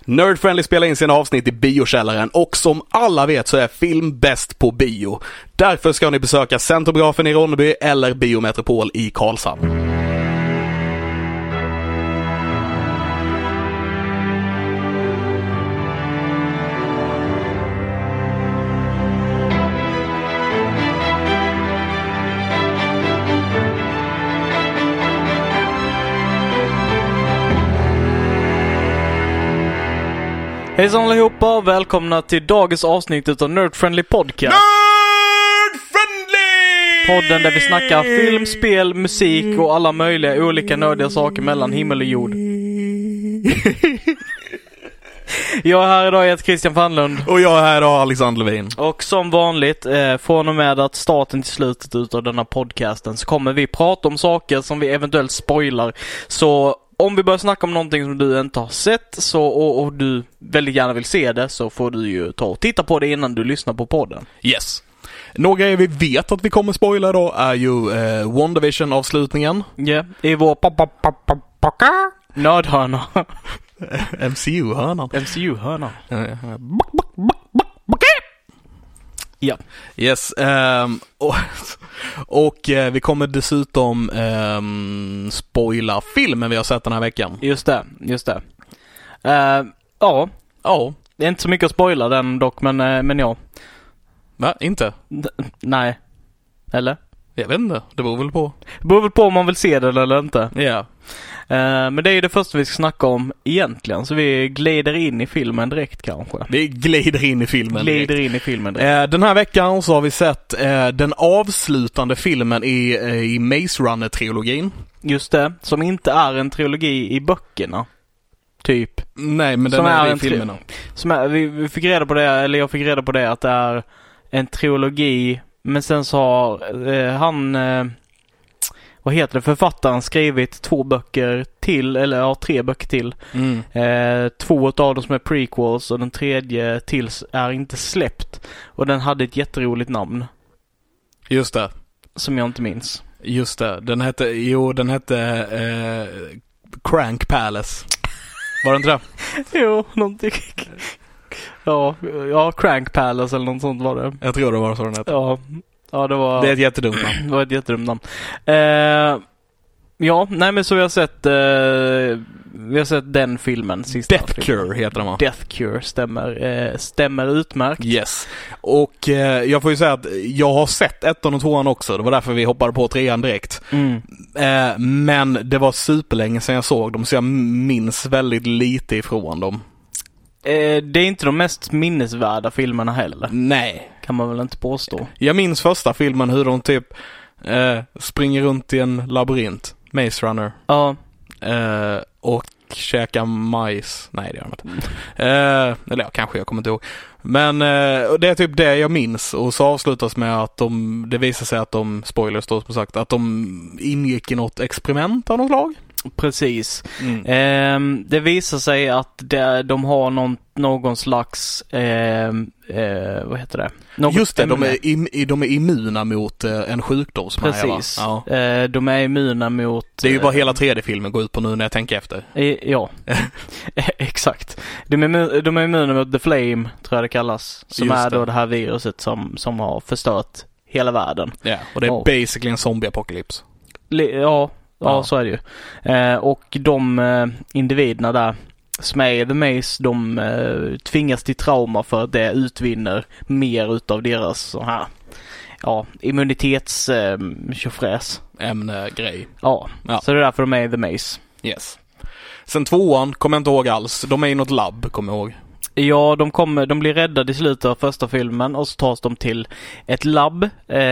Nerdfriendly spelar in sina avsnitt i biokällaren och som alla vet så är film bäst på bio. Därför ska ni besöka Centrografen i Ronneby eller Biometropol i Karlshamn. Hejsan allihopa och välkomna till dagens avsnitt av Nerdfriendly Podcast. Nerdfriendly! Podden där vi snackar film, spel, musik och alla möjliga olika nördiga saker mellan himmel och jord. Jag är här idag, jag heter Christian Fanlund. Och jag är här idag, Alexander Levin. Och som vanligt, från och med att starten till slutet utav denna podcasten så kommer vi prata om saker som vi eventuellt spoilar. Så om vi börjar snacka om någonting som du inte har sett så, och du väldigt gärna vill se det, så får du ju ta och titta på det innan du lyssnar på podden. Yes. Några grejer vi vet att vi kommer spoila idag är ju WandaVision-avslutningen. Ja, yeah. I vår nördhörna. MCU-hörnan. MCU-hörna. Ja. Yes. Och vi kommer dessutom spoila filmen vi har sett den här veckan. Just det. Ja. Det är inte så mycket att spoila den dock, men ja. Va? Inte? Nej. Eller? Jag vet inte. Det beror väl på. Det beror väl på om man vill se den eller inte. Ja. Yeah. Men det är ju det första vi ska snacka om egentligen. Så vi glider in i filmen direkt kanske. Vi glider in i filmen direkt. Den här veckan så har vi sett den avslutande filmen i Maze Runner-trilogin. Just det. Som inte är en trilogi i böckerna. Typ. Nej, men den är i filmerna. Vi fick reda på det, eller jag fick reda på det, att det är en trilogi. Men sen så har författaren skrivit 2 böcker till, eller 3 böcker till. 2 av dem som är prequels och den tredje till är inte släppt. Och den hade ett jätteroligt namn. Just det. Som jag inte minns. Just det. Den hette Crank Palace. Var det inte det? Jo, någonting. Ja, Crank Palace eller något sånt var det. Jag tror det var så den hette. Ja, det är ett jättedumt namn. Det var ett jättedumt namn. Ja, nej men så vi har sett den filmen sista. Death Cure heter den, va? Death Cure stämmer utmärkt. Yes. Och jag får ju säga att jag har sett 1 och 2 också. Det var därför vi hoppade på 3 direkt. Men det var superlänge sedan jag såg dem, så jag minns väldigt lite ifrån dem. Det är inte de mest minnesvärda filmerna heller. Nej. Kan man väl inte påstå. Jag minns första filmen hur de typ springer runt i en labyrint. Maze Runner. Ja. Och käkar majs. Nej, det gör de inte. Eller ja, kanske, jag kommer inte ihåg. Men det är typ det jag minns. Och så avslutas med att det visar sig att de, spoilers då som sagt, att de ingick i något experiment av något slag. Precis. Det visar sig att de har någon slags vad heter det? Just det, de är immuna mot en sjukdom som precis. De är immuna mot... Det är ju vad hela 3D-filmen går ut på nu när jag tänker efter. Ja, exakt. De är immuna mot The Flame, tror jag det kallas. Som just är då det här viruset som har förstört hela världen. Ja, och det är basically en zombie-apocalypse. Ja, så är det ju. Och de individerna där som är i The Maze, de tvingas till trauma för att det utvinner mer utav deras så här, immunitets ämne-grej. Ja, så det är därför de är i The Maze. Yes. Sen 2:an kommer jag inte ihåg alls. De är i något labb, kommer jag ihåg. Ja, de blir räddade i slutet av första filmen och så tas de till ett labb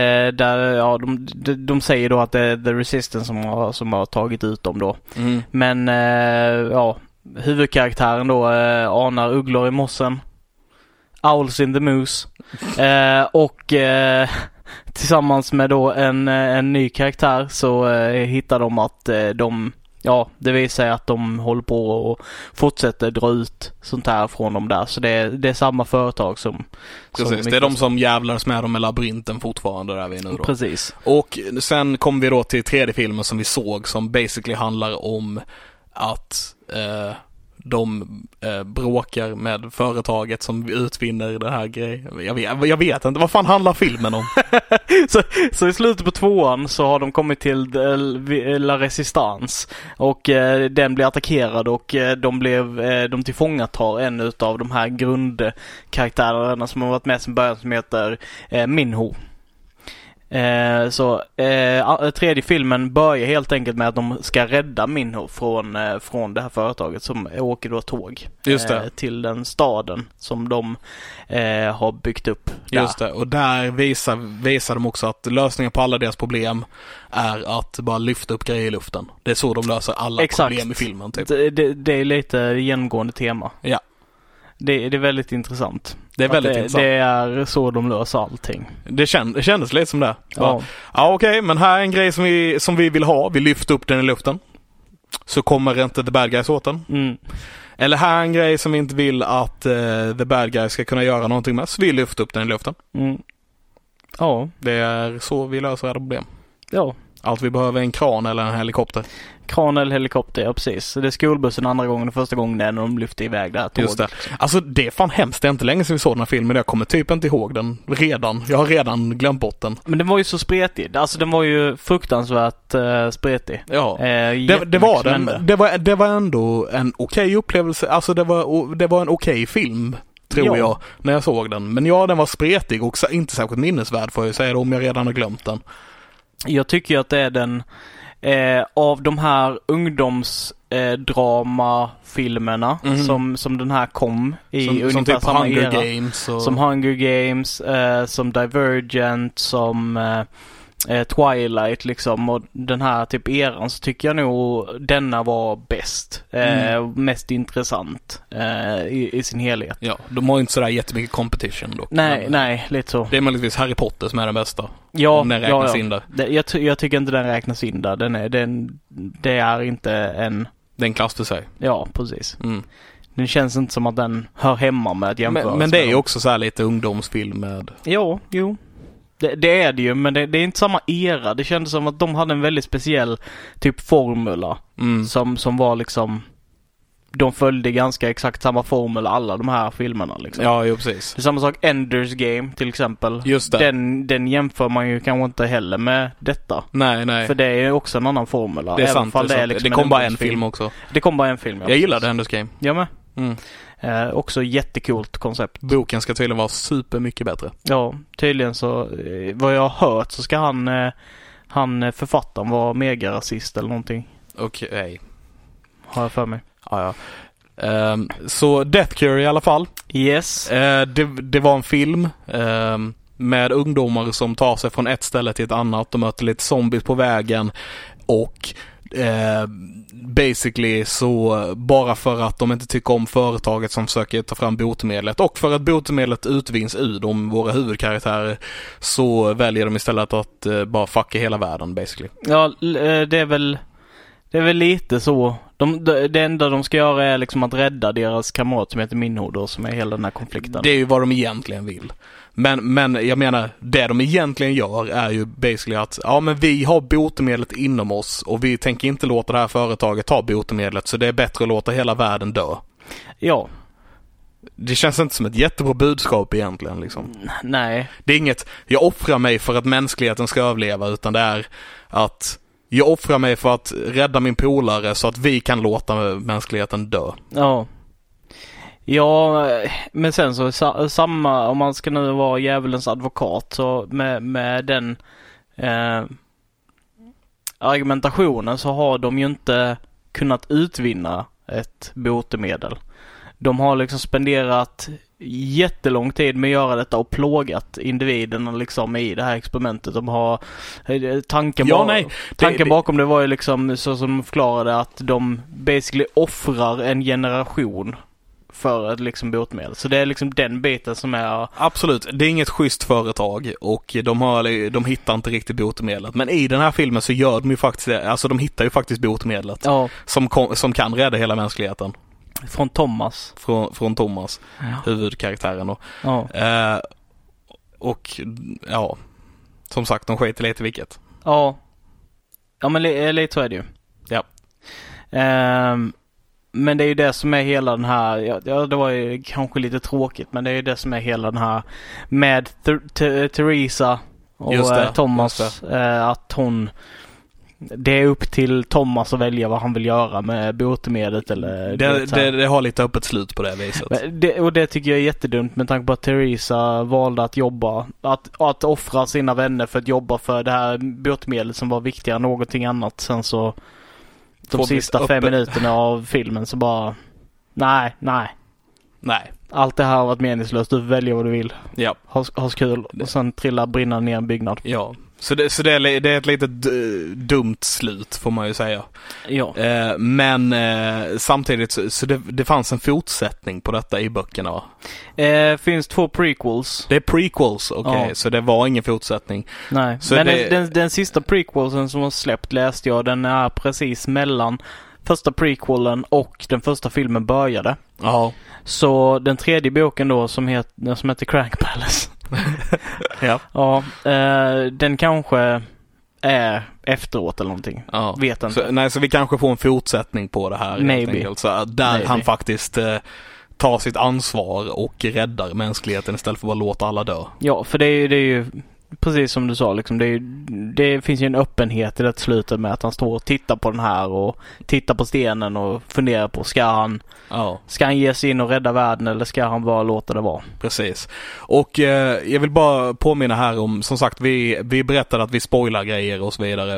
där de säger då att det är The Resistance som har tagit ut dem då. Men huvudkaraktären då anar ugglor i mossen, owls in the moose och tillsammans med då en ny karaktär så hittar de att det vill säga att de håller på och fortsätter dra ut sånt här från dem där. Så det är samma företag som... Precis, det är de som jävlas med dem med labyrinten fortfarande där vi är nu då. Precis. Och sen kom vi då till 3D-filmen som vi såg som basically handlar om att de bråkar med företaget som utvinner det här grejen. Jag vet inte, vad fan handlar filmen om? så i slutet på 2:an så har de kommit till La Resistance och den blir attackerad och de tillfångatar en av de här grundkaraktärerna som har varit med som början som heter Minho. Tredje filmen börjar helt enkelt med att de ska rädda Minho från det här företaget som åker då tåg till den staden som de har byggt upp där. Just det, och där visar de också att lösningen på alla deras problem är att bara lyfta upp grejer i luften. Det är så de löser alla problem i filmen typ. Det är lite genomgående tema. Ja. Det är väldigt intressant. Det är väldigt intressant. Det är så de löser allting. Det kändes lite som det. Ja. Okej, men här är en grej som vi vill ha. Vi lyfter upp den i luften. Så kommer inte the bad guys åt den. Mm. Eller här är en grej som vi inte vill att the bad guys ska kunna göra någonting med. Så vi lyfter upp den i luften. Mm. Ja. Det är så vi löser alla problem. Ja. Allt vi behöver är en kran eller en helikopter. Kran eller helikopter, ja precis. Det är skolbussen andra gången och första gången när de lyfter iväg det här tåget. Just det. Alltså det är fan hemskt. Det är inte länge sedan vi såg den här filmen. Jag kommer typ inte ihåg den redan. Jag har redan glömt bort den. Men den var ju så spretig. Alltså den var ju fruktansvärt spretig. Ja, det var den. Det var ändå en okej upplevelse. Alltså det var en okej film, tror jag, när jag såg den. Men ja, den var spretig och inte särskilt minnesvärd får jag säga om jag redan har glömt den. Jag tycker att det är den av de här ungdomsdramafilmerna som den här kom i ungefär som typ samma Hunger era. Games och... Som Hunger Games, som Divergent, som Twilight liksom, och den här typ eran, så tycker jag nog denna var bäst. Mest intressant i sin helhet. Ja, de har ju inte sådär jättemycket competition dock. Nej, lite så. Det är möjligtvis Harry Potter som är den bästa. Ja, om den räknas in där. Jag tycker inte den räknas in där. Det är inte en... Det är en klass för sig. Ja, precis. Mm. Den känns inte som att den hör hemma med att jämföra. Men det är ju också så här lite ungdomsfilm med... Ja, jo. Det är det ju, men det är inte samma era. Det kändes som att de hade en väldigt speciell typ formula som var liksom... De följde ganska exakt samma formel alla de här filmerna liksom. Ja, jo, precis. Det är samma sak Ender's Game till exempel. Just det. Den jämför man ju kanske inte heller med detta. Nej. För det är också en annan formula. Det är sant. Liksom det kom bara en film också. Det kom bara en film, ja. Jag gillade Ender's Game. Jag med. Mm. Också jättekult koncept. Boken ska tydligen vara super mycket bättre. Ja, tydligen så, vad jag har hört så ska han författaren vara megarasist eller någonting. Okej. Har jag för mig. Ja. Så Death Cure i alla fall. Yes. Det var en film med ungdomar som tar sig från ett ställe till ett annat. De möter lite zombies på vägen och basically så bara för att de inte tycker om företaget som försöker ta fram botemedlet och för att botemedlet utvinns ur våra huvudkaraktärer, så väljer de istället att bara fucka hela världen basically. Ja, det är väl lite så. Det enda de ska göra är liksom att rädda deras kamrat som heter Minho då, som är hela den här konflikten. Det är ju vad de egentligen vill. Men jag menar, det de egentligen gör är ju basically att men vi har botemedlet inom oss och vi tänker inte låta det här företaget ta botemedlet, så det är bättre att låta hela världen dö. Ja. Det känns inte som ett jättebra budskap egentligen liksom. Nej. Det är inget, jag offrar mig för att mänskligheten ska överleva, utan det är att jag offrar mig för att rädda min polare så att vi kan låta mänskligheten dö. Ja. Ja, men sen så samma, om man ska nu vara djävulens advokat, så med den argumentationen så har de ju inte kunnat utvinna ett botemedel. De har liksom spenderat jättelång tid med att göra detta och plågat individerna liksom i det här experimentet. De har tanken bakom det var ju liksom så som de förklarade, att de basically offrar en generation för ett liksom botemedel. Så det är liksom den biten som är... Absolut, det är inget schysst företag och de hittar inte riktigt botemedlet. Men i den här filmen så gör de ju faktiskt det. Alltså de hittar ju faktiskt botemedlet som kan rädda hela mänskligheten. Från Thomas. Från Thomas, huvudkaraktären då. Och som sagt, de skiter lite i vilket. Ja, men lite så är det ju. Ja. Men det är ju det som är hela den här, ja det var ju kanske lite tråkigt, men det är ju det som är hela den här med Theresa och Thomas, att hon, det är upp till Thomas att välja vad han vill göra med botemedlet eller det har lite öppet slut på det viset. Och det tycker jag är jättedumt med tanke på att Theresa valde att jobba, att offra sina vänner för att jobba för det här botemedlet som var viktigare än någonting annat. Sen så de sista 5 minuterna av filmen så bara nej. Allt det här har varit meningslöst. Du väljer vad du vill. Ja. Ha kul. Och sen brinna ner en byggnad. Ja. Så det är ett litet dumt slut får man ju säga. Ja. Men samtidigt så det fanns en fortsättning på detta i böckerna. Finns 2 prequels. Det är prequels, okej. Ja. Så det var ingen fortsättning. Nej, så men den sista prequelsen som har släppt läste jag, den är precis mellan första prequelen och den första filmen började. Ja. Så den tredje boken då som heter Crank Palace. Ja. Den kanske är efteråt eller någonting. Ja. Vet inte. Så vi kanske får en fortsättning på det här. Maybe. Så där han faktiskt tar sitt ansvar och räddar mänskligheten istället för att bara låta alla dö. Ja, för det är ju precis som du sa liksom, det finns ju en öppenhet i det slutet med att han står och tittar på den här och tittar på stenen och funderar på ska han ge sig in och rädda världen eller ska han bara låta det vara? Precis. Och jag vill bara påminna här om, som sagt, vi berättade att vi spoilar grejer och så vidare.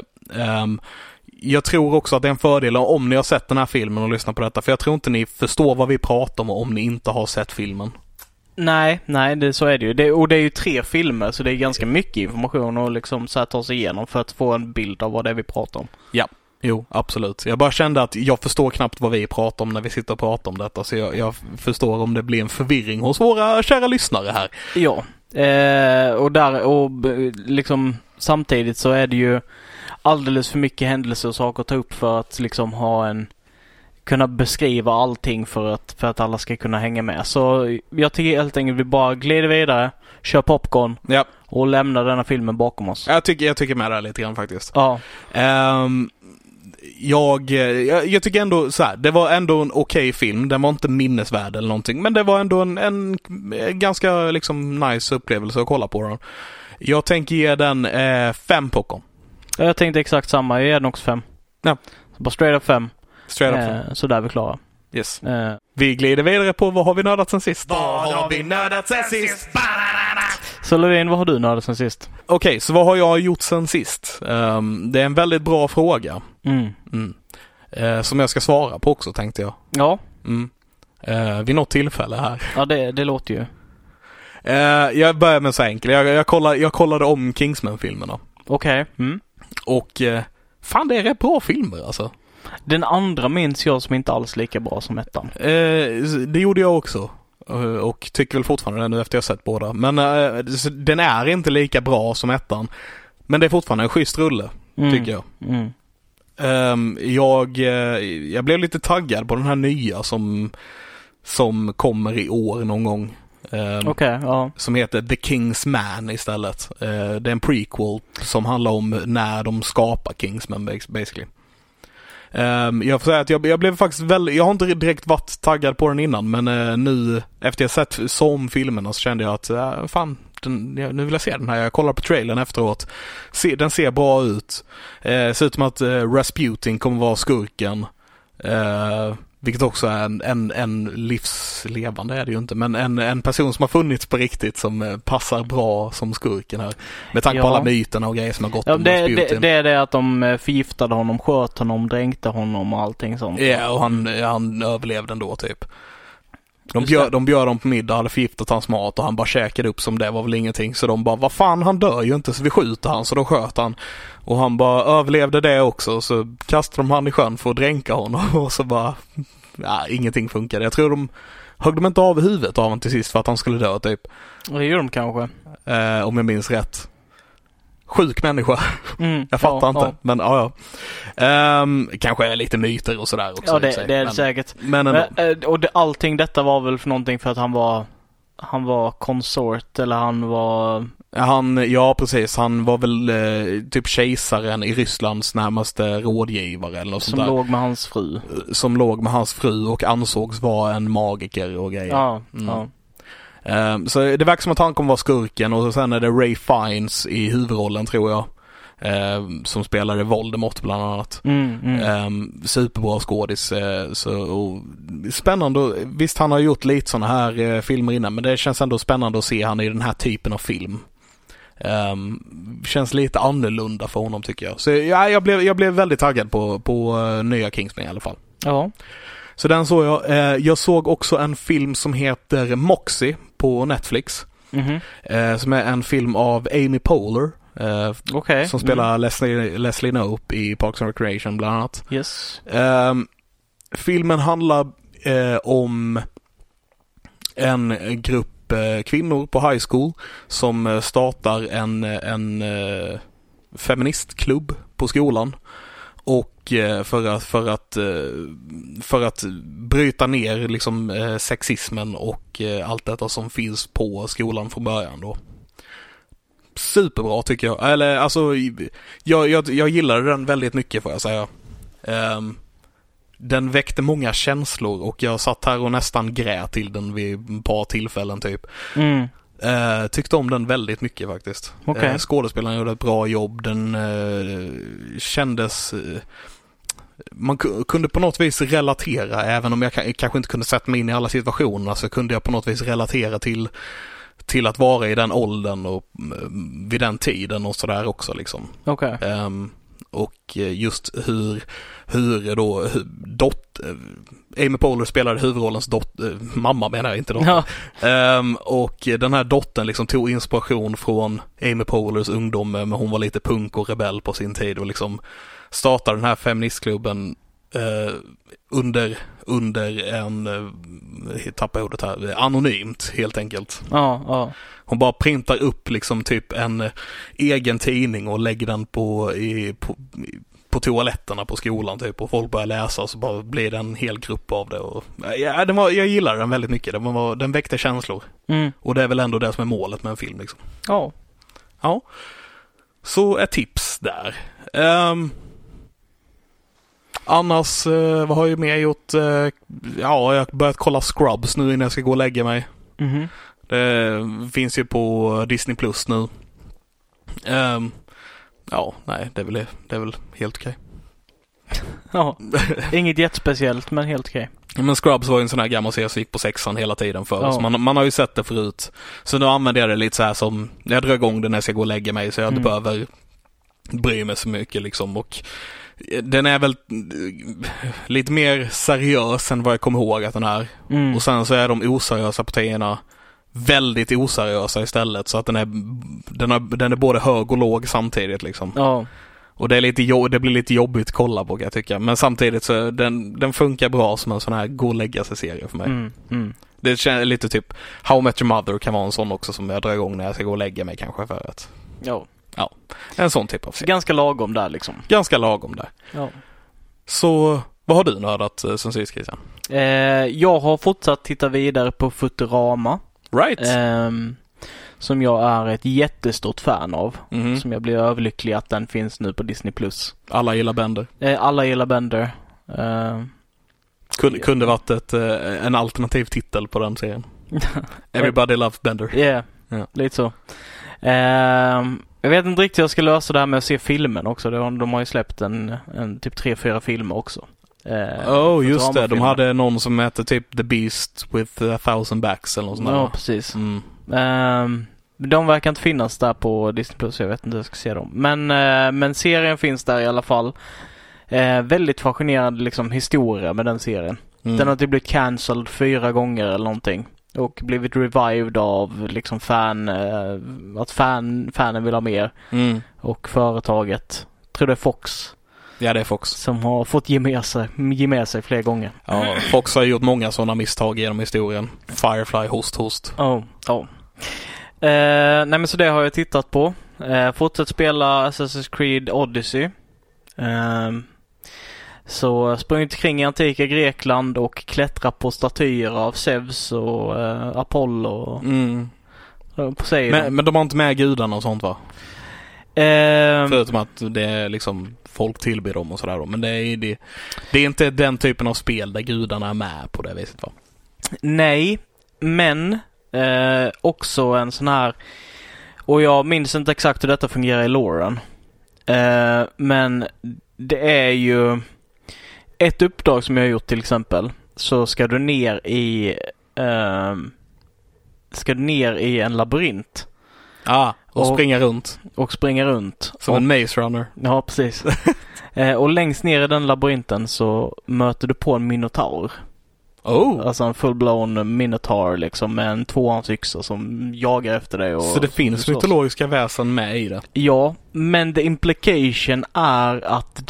Jag tror också att det är en fördel om ni har sett den här filmen och lyssnar på detta, för jag tror inte ni förstår vad vi pratar om ni inte har sett filmen. Nej, så är det ju. Det är ju 3 filmer så det är ganska mycket information och liksom så här ta sig igenom för att få en bild av vad det är vi pratar om. Ja, jo, absolut. Jag bara kände att jag förstår knappt vad vi pratar om när vi sitter och pratar om detta, så jag förstår om det blir en förvirring hos våra kära lyssnare här. Ja, och liksom samtidigt så är det ju alldeles för mycket händelser och saker att ta upp för att liksom kunna beskriva allting för att alla ska kunna hänga med. Så jag tycker helt enkelt vi bara glider vidare, kör popcorn och lämnar denna filmen bakom oss. Jag tycker med det lite grann faktiskt. Ja. Jag tycker ändå så här, det var ändå en okej film. Den var inte minnesvärd eller någonting, men det var ändå en ganska liksom nice upplevelse att kolla på den. Jag tänker ge den 5 popcorn. Jag tänkte exakt samma, jag ger den också 5. Ja. Så bara straight up 5. Så där är vi klara. Yes. Vi glider vidare på vad har vi nördat sen sist? Så Levin, vad har du nördat sen sist? Okej, så vad har jag gjort sen sist? Det är en väldigt bra fråga. Som jag ska svara på också, tänkte jag. Ja. Vid något tillfälle här. Ja, det låter ju. Jag börjar med så enkelt. Jag kollade om Kingsman-filmerna. Okej. Och fan, det är rätt bra filmer alltså. Den andra minns jag som inte alls lika bra som ettan. Det gjorde jag också. Och tycker väl fortfarande det nu efter jag sett båda. Men den är inte lika bra som ettan. Men det är fortfarande en schysst rulle, tycker jag. Jag blev lite taggad på den här nya som kommer i år någon gång. Som heter The King's Man istället. Det är en prequel som handlar om när de skapar Kingsman basically. Jag får säga att jag blev faktiskt jag har inte direkt varit taggad på den innan, men nu efter jag sett som filmerna så kände jag att nu vill jag se den här. Jag kollar på trailern efteråt. Den ser bra ut. Ser ut som att Rasputin kommer vara skurken. Vilket också är en livslevande är det ju inte, men en person som har funnits på riktigt som passar bra som skurken här. Med tanke på alla myterna och grejer som har gått om Rasputin. Det är det att de förgiftade honom, sköt honom, dränkte honom och allting sånt. Ja, och han överlevde ändå typ. De bjöd dem på middag, hade förgiftat hans mat och han bara käkade upp som det var väl ingenting. Så de bara, vad fan, han dör ju inte, så vi skjuter han. Så då sköt han. Och han bara överlevde det också. Så kastade de han i sjön för att dränka honom. Och så bara, ingenting funkade. Jag tror högg de inte av huvudet av honom till sist för att han skulle dö typ. Det gör de kanske. Om jag minns rätt. Sjuk människa. Jag fattar inte. Men kanske är lite myter och sådär också. Ja, det är säkert. Allting detta var väl för någonting för att han var konsort eller han var Ja, precis. Han var väl typ kejsaren i Rysslands närmaste rådgivare eller något sånt där. Som låg med hans fru. Som låg med hans fru och ansågs vara en magiker och grejer. Ja. Så det verkar som att han kommer vara skurken, och sen är det Ray Fiennes i huvudrollen, tror jag. Som spelade Voldemort bland annat. Superbra skådis. Och spännande. Visst, han har gjort lite såna här filmer innan, men det känns ändå spännande att se han i den här typen av film. Känns lite annorlunda för honom, tycker jag. Så ja, jag blev väldigt taggad på nya Kingsman i alla fall. Ja. Så den såg jag. Jag såg också en film som heter Moxie på Netflix. Som är en film av Amy Poehler. Som spelar Leslie Knope i Parks and Recreation bland annat. Yes. Filmen handlar om en grupp kvinnor på high school som startar en feministklubb på skolan, och för att bryta ner liksom sexismen och allt detta som finns på skolan från början då. Superbra, tycker jag. Eller alltså jag gillade den väldigt mycket, får jag säga. Den väckte många känslor, och jag satt här och nästan grät till den vid ett par tillfällen typ. Tyckte om den väldigt mycket faktiskt. Skådespelaren gjorde ett bra jobb. Den kändes... man kunde på något vis relatera, även om jag kanske inte kunde sätta mig in i alla situationer, så kunde jag på något vis relatera till att vara i den åldern och vid den tiden och sådär också liksom. Och just hur Amy Poehler spelade huvudrollens mamma, menar jag, inte dotter. Och den här dottern liksom tog inspiration från Amy Poehlers ungdom, men hon var lite punk och rebell på sin tid, och liksom startade den här feministklubben under en, tappar ordet här, anonymt helt enkelt. Hon bara printar upp liksom typ en egen tidning och lägger den på toaletterna på skolan typ, och folk börjar läsa, och så bara blir det en hel grupp av det. Och jag gillar den väldigt mycket. Den väckte känslor. Och det är väl ändå det som är målet med en film liksom. Ja. Så ett tips där. Annars, vad har jag mer gjort? Jag har börjat kolla Scrubs nu innan jag ska gå och lägga mig. Det finns ju på Disney Plus nu. Det är väl helt okej. Inget jättespeciellt, men helt okej. Men Scrubs var ju en sån här gammal serie som gick på 6:an hela tiden för oss. Man har ju sett det förut. Så nu använder jag det lite så här som, jag drar igång det när jag ska gå och lägga mig, så jag inte behöver bry mig så mycket liksom. Och den är väl lite mer seriös än vad jag kommer ihåg att den är. Och sen så är de oseriösa partierna väldigt oseriösa istället, så att den är både hög och låg samtidigt liksom. Och det blir lite jobbigt att kolla på, kan jag tycka. Men samtidigt så den funkar bra som en sån här gå och lägga sig serie för mig. Det känns lite typ How I Met Your Mother kan vara en sån också som jag drar igång när jag ska gå och lägga mig kanske, för att en sån typ av serie. Ganska lagom där liksom. Ganska lagom där. Så vad har du nördat sen sist, Christian? Jag har fortsatt titta vidare på Futurama. Right. Som jag är ett jättestort fan av. Som jag blir överlycklig att den finns nu på Disney Plus. Alla gillar Bender. Alla gillar Bender. Kunde varit en alternativ titel på den serien. Everybody loves Bender. Yeah. Lite så. Jag vet inte riktigt hur jag ska lösa det här med att se filmen också. De har ju släppt en typ 3-4 filmer också. Just det. De hade någon som heter typ The Beast with 1000 Backs eller något sånt där. Ja, precis. De verkar inte finnas där på Disney Plus, jag vet inte hur jag ska se dem. Men serien finns där i alla fall. Väldigt fascinerande liksom historia med den serien. Den har typ blivit cancelled 4 gånger eller någonting. Och blivit revived av liksom att fanen vill ha mer. Och företaget, tror det är Fox. Ja, det är Fox. Som har fått ge med sig fler gånger. Ja, Fox har gjort många sådana misstag genom historien. Firefly, host. Nej, men så det har jag tittat på. Fortsätt spela Assassin's Creed Odyssey. Så sprungit kring i antika Grekland och klättra på statyer av Zeus och Apollo Poseidon. Men de har inte med gudarna och sånt, va? Förutom att det är liksom folk tillber dem och sådär då. Men det är inte den typen av spel där gudarna är med på det viset, va? Nej, men också en sån här, och jag minns inte exakt hur detta fungerar i loren. Men det är ju ett uppdrag som jag har gjort till exempel, så ska du ner i en labyrint. Och springa runt. Och springa runt. Som en maze runner. Ja, precis. Och längst ner i den labyrinten så möter du på en minotaur. Alltså en full-blown minotaur liksom, med en tvåhandsyxa som jagar efter dig. Så det finns mytologiska väsen med i det? Ja, men the implication är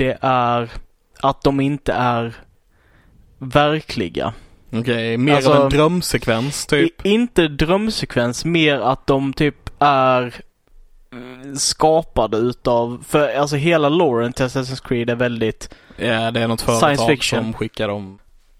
att de inte är verkliga. Okej, mer alltså, av en drömsekvens typ? Inte drömsekvens, mer att de typ är skapade utav, för alltså hela loren till Assassin's Creed är väldigt det är något företag som skickar dem.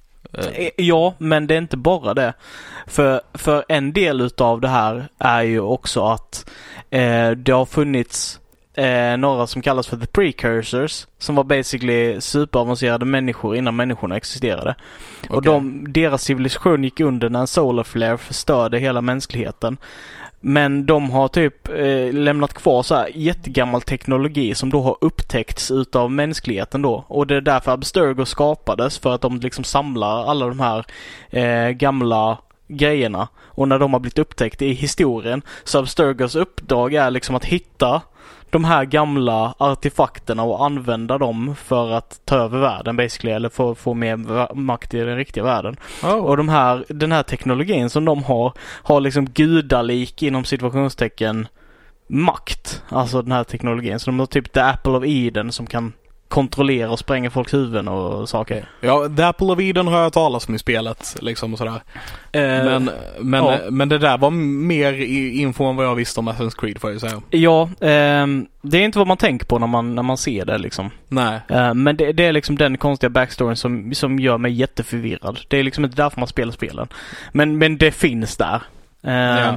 Ja, men det är inte bara det. För en del utav det här är ju också att det har funnits några som kallas för the precursors, som var basically superavancerade människor innan människorna existerade. Okay. Och deras civilisation gick under när en solar flare förstörde hela mänskligheten. Men de har typ lämnat kvar så här jättegammal teknologi som då har upptäckts utav mänskligheten då. Och det är därför Abstergo skapades, för att de liksom samlar alla de här gamla grejerna. Och när de har blivit upptäckt i historien, så Abstergos uppdrag är liksom att hitta de här gamla artefakterna och använda dem för att ta över världen basically, eller få mer makt i den riktiga världen. Och den här teknologin som de har liksom gudalik inom situationstecken makt, alltså den här teknologin. Så de har typ The Apple of Eden som kan kontrollera och spränga folks huvuden och saker. Ja, The Apple of Eden har jag talat om i spelet liksom och sådär. Men det där var mer info än vad jag visste om Assassin's Creed, får jag säga. Ja, det är inte vad man tänker på när man ser det liksom. Nej. Men det är liksom den konstiga backstoryn som gör mig jätteförvirrad. Det är liksom inte därför man spelar spelen. Men det finns där. Ja.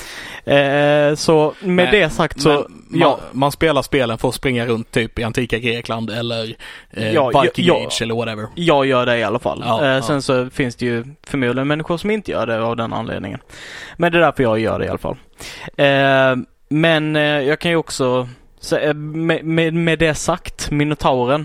Så med det sagt så man spelar spelen för att springa runt typ i antika Grekland eller Viking Age eller whatever. Jag gör det i alla fall. Sen så finns det ju förmodligen människor som inte gör det av den anledningen. Men det är därför jag gör det i alla fall. Men jag kan ju också med det sagt, minotauren,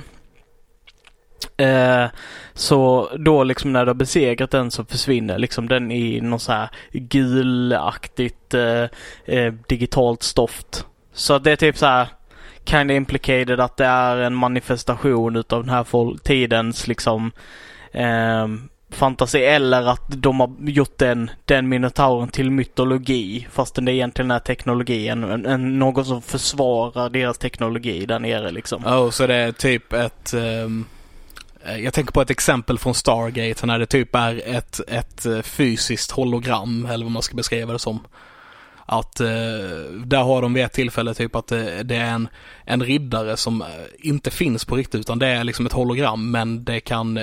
så då liksom när du har besegrat den så försvinner liksom den i någon så här gulaktigt digitalt stoft. Så det är typ så här kind of implicated att det är en manifestation utav den här tidens liksom fantasi, eller att de har gjort den minotauren till mytologi, fast det är egentligen den här teknologin någon som försvarar deras teknologi där nere liksom. Så det är typ ett jag tänker på ett exempel från Stargate när det typ är ett fysiskt hologram, eller vad man ska beskriva det som. Att där har de vid ett tillfälle typ att det är en riddare som inte finns på riktigt, utan det är liksom ett hologram, men det kan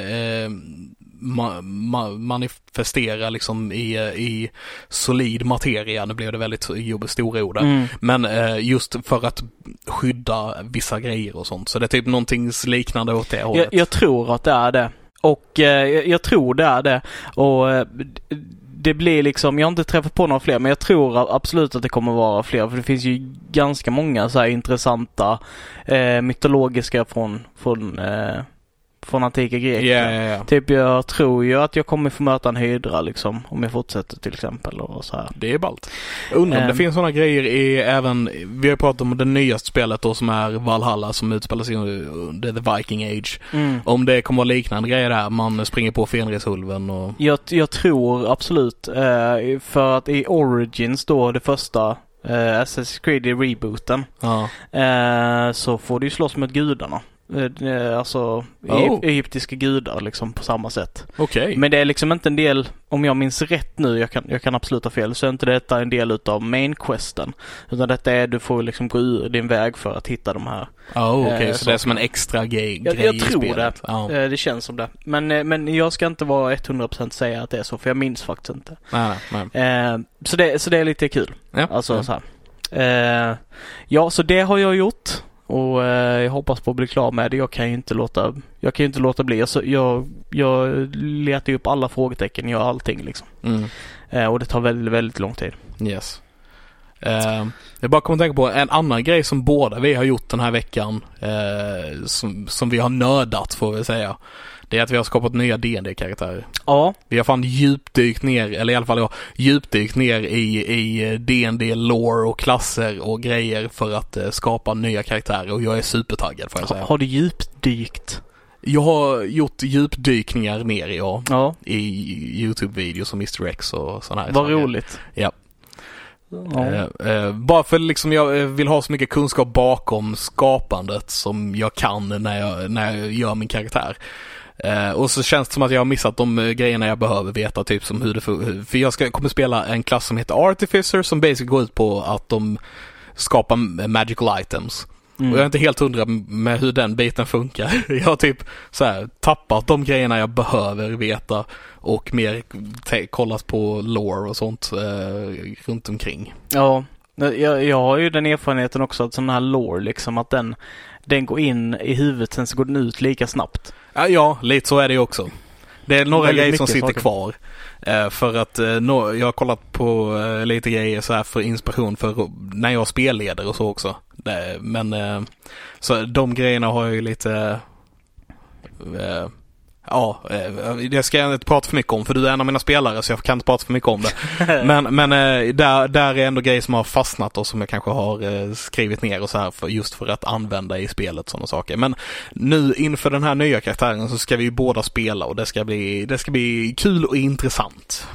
manifestera liksom i solid materia. Nu blev det väldigt stora ord där. Men just för att skydda vissa grejer och sånt. Så det är typ någonting liknande åt det hållet. Jag tror att det är det. Och jag tror det är det. Och det blir liksom, jag har inte träffat på några fler, men jag tror absolut att det kommer vara fler, för det finns ju ganska många så här intressanta mytologiska från antika Grekland. Yeah. Typ jag tror ju att jag kommer få möta en hydra liksom, om jag fortsätter till exempel och så här. Det är ballt. Undrar om det finns sådana grejer även, vi har pratat om det nyaste spelet då som är Valhalla, som utspelar sig under The Viking Age. Om det kommer vara liknande grejer där, man springer på Fenrisulven och... Jag tror absolut, för att i Origins då, det första Assassin's Creed i rebooten, så får du ju slåss mot gudarna. Alltså egyptiska gudar liksom på samma sätt. Okej. Men det är liksom inte en del, om jag minns rätt nu, jag kan absolut ha fel, så är inte detta en del utav main questen. Utan detta är, du får liksom gå ur din väg för att hitta de här. Okej, så det är som en extra grej jag i tror spelet. det. Ja. Det känns som det. Men jag ska inte vara 100% säga att det är så, för jag minns faktiskt inte. Nej. Så det är lite kul. Ja. Alltså så här. Ja, så det har jag gjort. Och jag hoppas på att bli klar med det. Jag kan ju inte låta bli. Alltså, jag letar ju upp alla frågetecken, gör allting liksom. Och det tar väldigt, väldigt lång tid. Yes. Jag bara kommer att tänka på en annan grej som båda vi har gjort den här veckan, som vi har nördat, får vi säga. Det är att vi har skapat nya D&D-karaktärer. Ja. Vi har fan djupdykt ner, eller i alla fall jag djupdykt ner i D&D-lore och klasser och grejer för att skapa nya karaktärer, och jag är supertaggad, får jag säga. Har du djupdykt? Jag har gjort djupdykningar ner i YouTube-videos som Mr. X och sådana här Vad saker. roligt. Ja. Bara för liksom jag vill ha så mycket kunskap bakom skapandet som jag kan när jag gör min karaktär. Och så känns det som att jag har missat de grejerna jag behöver veta, typ som hur det för jag kommer spela en klass som heter Artificer, som basically går ut på att de skapar magical items. Och jag är inte helt hundra med hur den biten funkar. Jag har typ så här tappat de grejerna jag behöver veta och mer kollat på lore och sånt runt omkring. Ja, jag har ju den erfarenheten också att sån här lore liksom, att den går in i huvudet, sen så går den ut lika snabbt. Ja, lite så är det ju också. Det är några grejer som sitter saker kvar. För att jag har kollat på lite grejer så här för inspiration för när jag spelleder och så också. Men så de grejerna har jag ju lite det ska jag inte prata för mycket om, för du är en av mina spelare, så jag kan inte prata för mycket om det. men där är ändå grejer som har fastnat och som jag kanske har skrivit ner och så här just för att använda i spelet, sådana saker. Men nu inför den här nya karaktären så ska vi ju båda spela, och det ska bli kul och intressant.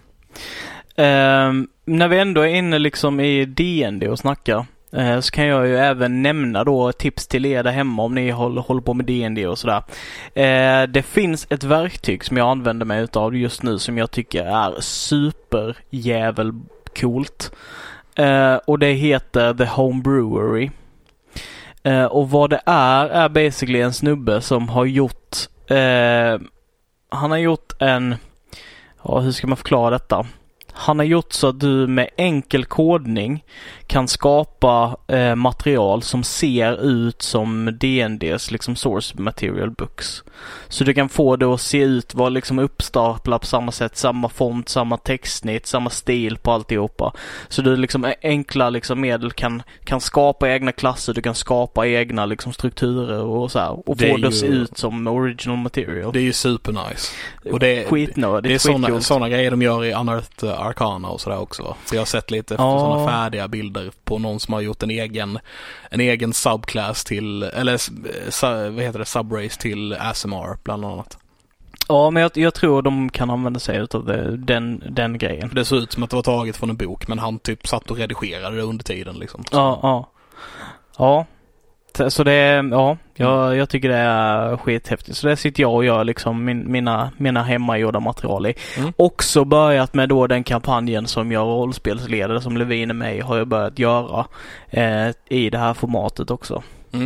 När vi ändå är inne liksom i D&D och snackar, så kan jag ju även nämna då tips till er där hemma om ni håller på med D&D och sådär. Det finns ett verktyg som jag använder mig utav just nu som jag tycker är superjävel coolt. Och det heter The Home Brewery. Och vad det är basically en snubbe som har gjort han har gjort hur ska man förklara detta? Han har gjort så att du med enkel kodning kan skapa material som ser ut som D&D:s liksom source material books. Så du kan få det att se ut, vara liksom uppstaplat på samma sätt, samma font, samma textsnitt, samma stil på alltihopa. Så du liksom enkla liksom medel kan skapa egna klasser, du kan skapa egna liksom strukturer och så här, och få det att se ut som original material. Det är ju supernice. Och det är skitnödigt. Det är såna grejer de gör i Unearthed Arcana och sådär också, va? Så jag har sett lite sådana färdiga bilder på någon som har gjort en egen subclass till, eller vad heter det, subrace till ASMR bland annat. Ja, men jag tror de kan använda sig utav den grejen. Det såg ut som att det var taget från en bok, men han typ satt och redigerade det under tiden liksom. Ja. Så det är, jag tycker det är skithäftigt. Så det sitter jag och gör liksom mina hemmagjorda material i. Också börjat med då den kampanjen som jag rollspelsledare som Levin är med har jag börjat göra i det här formatet också.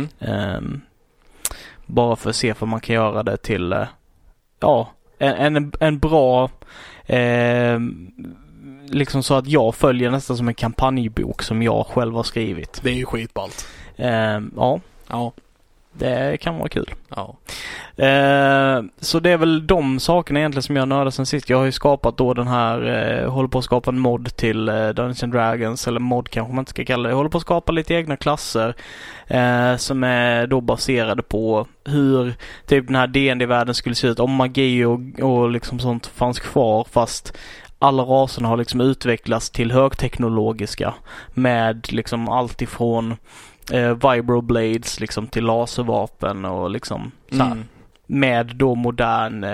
Bara för att se om man kan göra det till en bra liksom så att jag följer nästan som en kampanjbok som jag själv har skrivit. Det är ju skitballt. Ja. Det kan vara kul. Ja. Så det är väl de sakerna egentligen som jag nördar sen sist. Jag har ju skapat då den här, håller på att skapa en mod till Dungeons & Dragons, eller mod kanske man inte ska kalla det. Jag håller på att skapa lite egna klasser som är då baserade på hur typ den här D&D-världen skulle se ut om magi och liksom sånt fanns kvar, fast alla raserna har liksom utvecklats till högteknologiska med liksom allt ifrån vibroblades liksom till laservapen och liksom med då modern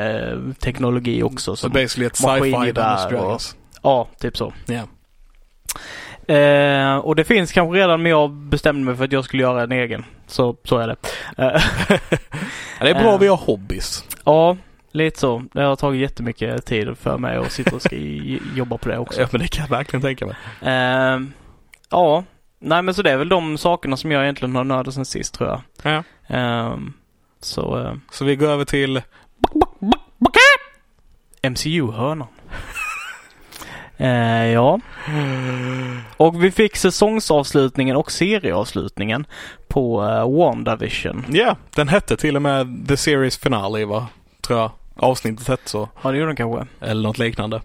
teknologi också. Så basically ett sci-fi Dungeons & Dragons. Ja, typ så. Yeah. Och det finns kanske redan, men jag bestämde mig för att jag skulle göra en egen. Så är det. Det är bra vi har hobbies. Ja, lite så. Det har tagit jättemycket tid för mig att sitta och jobba på det också. Ja, men det kan jag verkligen tänka mig. Ja, nej men så det är väl de sakerna som jag egentligen har nördat sen sist, tror jag. Ja. Så vi går över till MCU-hörnan. Ja. Och vi fick säsongsavslutningen och serieavslutningen på WandaVision. Ja, den hette till och med The Series Finale, va? Tror jag. Avsnittet hette så. Ja, det gjorde den kanske. Eller något liknande.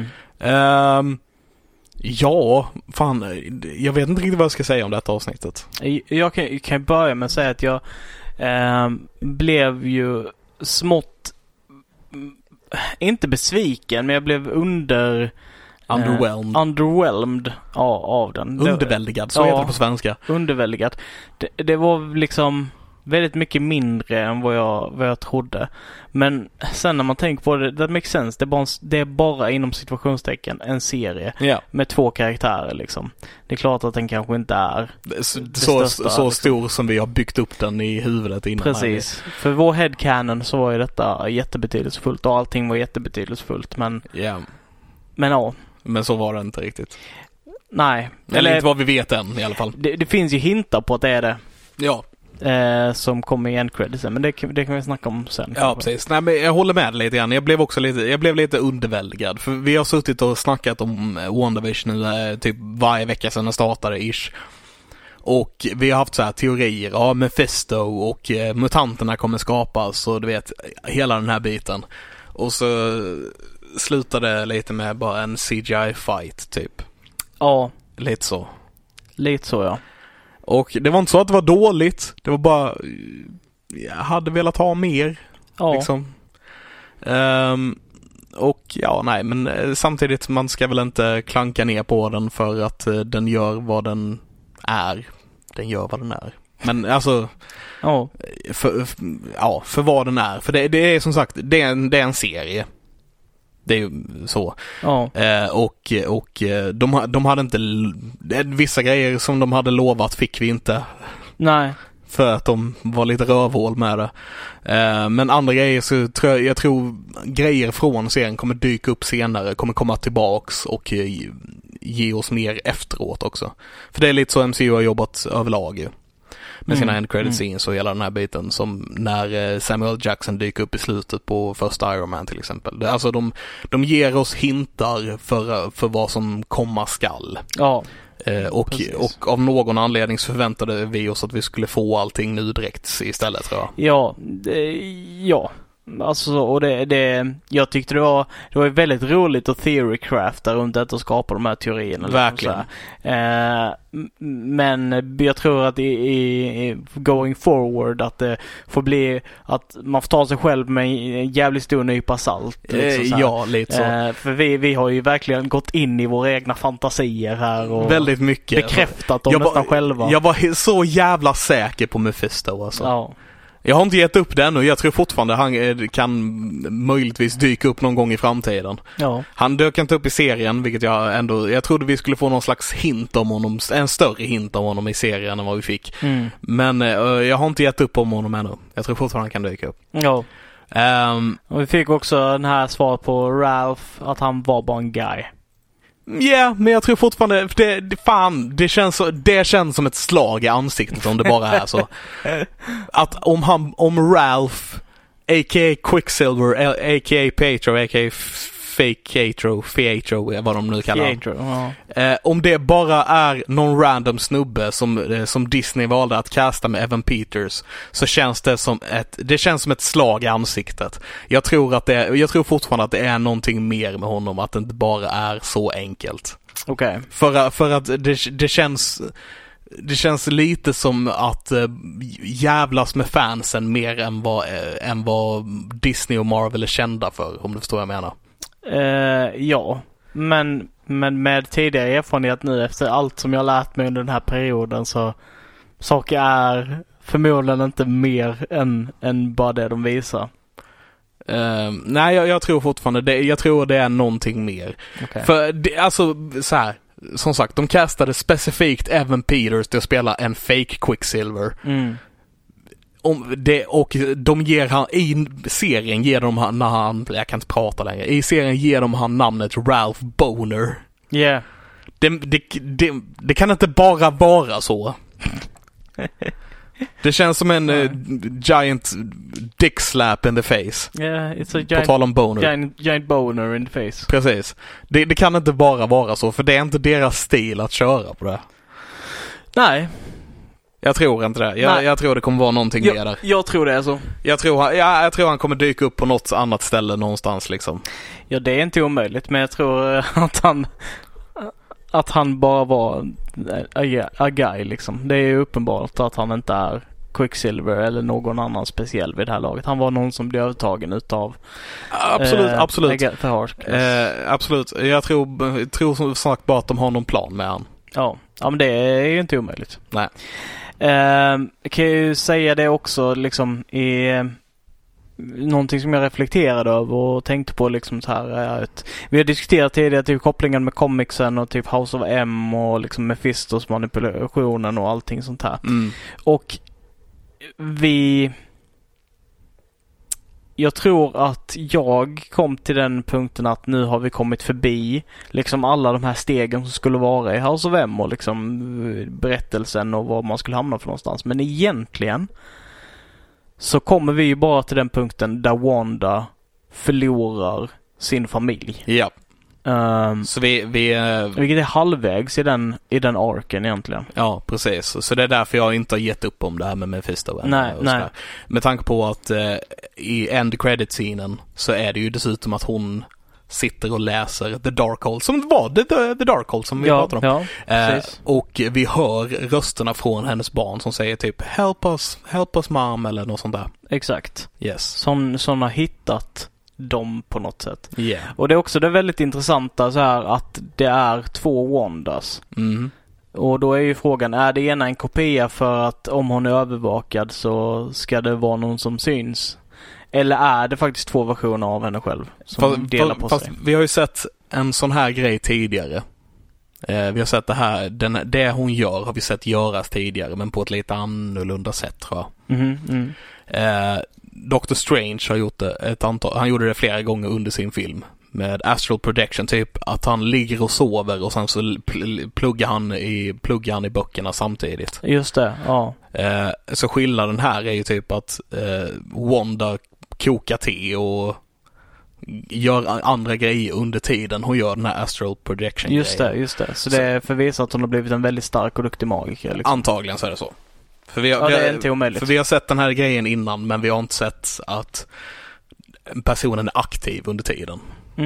Ja, fan. Jag vet inte riktigt vad jag ska säga om detta avsnittet. Jag kan börja med att säga att jag blev ju smått inte besviken, men jag blev underwhelmed av den. Underväldigad, så heter det på svenska. Underväldigad. Det var liksom väldigt mycket mindre än vad jag trodde. Men sen när man tänker på det, that makes sense. Det är bara inom situationstecken en serie med 2 karaktärer liksom. Det är klart att den kanske inte är så stor som vi har byggt upp den i huvudet innan. Precis. För vår headcanon så var ju detta jättebetydelsefullt och allting var jättebetydelsefullt. Men ja. Men så var det inte riktigt. Nej. Eller inte vad vi vet än i alla fall. Det finns ju hintar på att det är det. Ja. Som kommer i endcreditsen, men det kan vi snacka om sen. Ja, precis. Nej, men jag håller med lite grann. Jag blev lite underväldigad. För vi har suttit och snackat om WandaVision nu typ varje vecka sedan den startade ish. Och vi har haft så här teorier. Ja, Mephisto och mutanterna kommer skapas och du vet, hela den här biten. Och så slutade det lite med bara en CGI-fight typ. Ja. Lite så, ja. Och det var inte så att det var dåligt. Det var bara, jag hade velat ha mer. Ja. Liksom. Och ja, nej, men samtidigt man ska väl inte klanka ner på den för att den gör vad den är. Den gör vad den är. Men alltså, för vad den är. För det är som sagt, det är en serie. Det är ju så. Ja. Och de hade inte... Vissa grejer som de hade lovat fick vi inte. Nej. För att de var lite rövhål med det. Men andra grejer så jag tror grejer från serien kommer dyka upp senare. Kommer komma tillbaks och ge oss mer efteråt också. För det är lite så MCU har jobbat överlag ju. Med sina end credit scenes och hela den här biten, som när Samuel Jackson dyker upp i slutet på första Iron Man till exempel. Alltså de ger oss hintar för vad som komma skall. Ja. Och av någon anledning så förväntade vi oss att vi skulle få allting nu direkt istället, tror jag. Ja. Alltså, och jag tyckte det var väldigt roligt att theorycrafta runt detta och skapa de här teorierna. Verkligen. Men jag tror att i going forward att det får bli att man får ta sig själv med en jävligt stor nypa salt. Liksom ja, lite så. För vi har ju verkligen gått in i våra egna fantasier här och väldigt mycket bekräftat dem nästan själva. Jag var så jävla säker på Mephisto alltså. Ja. Jag har inte gett upp den och jag tror fortfarande han kan möjligtvis dyka upp någon gång i framtiden. Ja. Han dök inte upp i serien, vilket jag trodde vi skulle få någon slags hint om honom, en större hint om honom i serien än vad vi fick. Men jag har inte gett upp om honom ännu. Jag tror fortfarande han kan dyka upp. Ja. Och vi fick också den här svaret på Ralph att han var bara en guy. Ja, men jag tror fortfarande det känns som ett slag i ansiktet om det bara är så. Att om Ralph a.k.a. Quicksilver, a.k.a. Pietro, a.k.a. Fake Pietro, vad de nu kallar Pietro, om det bara är någon random snubbe som Disney valde att casta med Evan Peters, så känns det som ett slag i ansiktet. Jag tror fortfarande att det är någonting mer med honom, att det inte bara är så enkelt. Okej. För att det känns lite som att jävlas med fansen mer än vad Disney och Marvel är kända för, om du förstår vad jag menar. Ja, men med tidigare erfarenhet nu efter allt som jag lärt mig under den här perioden, så saker är förmodligen inte mer än bara det de visar. Nej, jag tror fortfarande jag tror det är någonting mer. Okay. För alltså så här, som sagt, de castade specifikt Evan Peters till att spela en fake Quicksilver. Och de ger han, i serien ger de han, när han, jag kan inte prata längre, i serien ger de han namnet Ralph Boner. Yeah. Det kan inte bara vara så. Det känns som en giant dick slap in the face. Yeah, it's a på tal om boner. Giant boner in the face. Precis. Det kan inte bara vara så, för det är inte deras stil att köra på det. Nej. Jag tror inte det. Jag tror det kommer vara någonting mer där. Jag tror det är så. Jag tror han kommer dyka upp på något annat ställe någonstans liksom. Ja, det är inte omöjligt, men jag tror att han bara var a guy liksom. Det är ju uppenbart att han inte är Quicksilver eller någon annan speciell vid det här laget. Han var någon som blev övertagen utav absolut. Absolut. Jag tror som sagt bara att de har någon plan med han. Ja, men det är ju inte omöjligt. Nej. Kan jag ju säga det också liksom i någonting som jag reflekterade över och tänkte på liksom så här vi har diskuterat tidigare typ kopplingen med comicsen och typ House of M och liksom Mephistos manipulationen och allting sånt här. Och jag tror att jag kom till den punkten att nu har vi kommit förbi liksom alla de här stegen som skulle vara i House of M och liksom berättelsen och var man skulle hamna för någonstans. Men egentligen så kommer vi ju bara till den punkten där Wanda förlorar sin familj. Ja. Så vilket är halvvägs i den arken egentligen. Ja, precis. Så det är därför jag inte har gett upp om det här med Mephisto. Nej. Med tanke på att i end credit-scenen så är det ju dessutom att hon sitter och läser The Darkhold, som var The Darkhold som vi pratade om. Ja, och vi hör rösterna från hennes barn som säger typ help us mom eller något sånt där. Exakt. Yes. Som har hittat dem på något sätt. Yeah. Och det är också det väldigt intressanta så här att det är 2 Wandas. Och då är ju frågan, är det ena en kopia för att om hon är övervakad så ska det vara någon som syns? Eller är det faktiskt 2 versioner av henne själv som delar på sig? Vi har ju sett en sån här grej tidigare. Vi har sett det här, det hon gör har vi sett göras tidigare, men på ett lite annorlunda sätt tror jag. Doctor Strange har gjort det han gjorde det flera gånger under sin film med Astral Projection, typ att han ligger och sover och sen så pluggar han i böckerna samtidigt. Just det, ja. Så skillnaden här är ju typ att Wanda kokar te och gör andra grejer under tiden hon gör den här Astral Projection grejen. Just det. Så det är för att visa att hon har blivit en väldigt stark och duktig magiker liksom. Antagligen så är det så. För det är inte omöjligt. För vi har sett den här grejen innan, men vi har inte sett att personen är aktiv under tiden.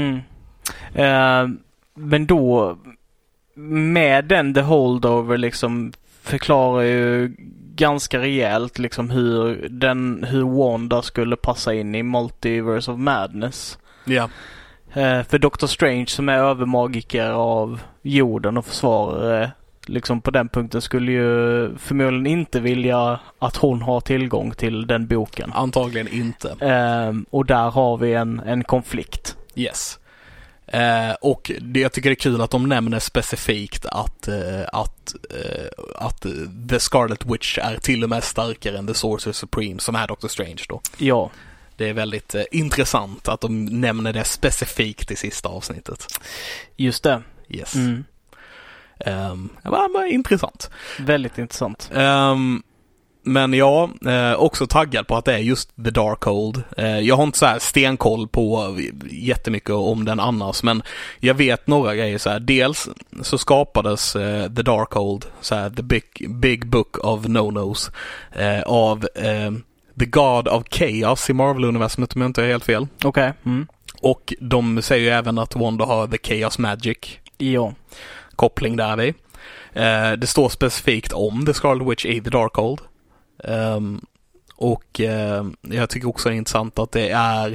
Men då med den The Holdover liksom förklarar ju ganska rejält liksom hur Wanda skulle passa in i Multiverse of Madness. Ja. För Doctor Strange som är övermagiker av jorden och försvarare liksom på den punkten skulle ju förmodligen inte vilja att hon har tillgång till den boken. Antagligen inte. Och där har vi en konflikt. Yes. Och jag tycker det är kul att de nämner specifikt att The Scarlet Witch är till och med starkare än The Sorcerer Supreme som är Doctor Strange då. Ja. Det är väldigt intressant att de nämner det specifikt i sista avsnittet. Just det. Yes. Det var intressant. Väldigt intressant. Men jag är också taggad på att det är just The Darkhold. Jag har inte så här stenkoll på jättemycket om den annars, men jag vet några grejer så här. Dels så skapades The Darkhold, så här, The Big Book of No-Nos, av The God of Chaos i Marvel-universumet om jag inte är helt fel. Okej. Och de säger ju även att Wanda har The Chaos Magic. Ja. Koppling där vi. Det står specifikt om The Scarlet Witch i The Darkhold. Och jag tycker också det är intressant att det är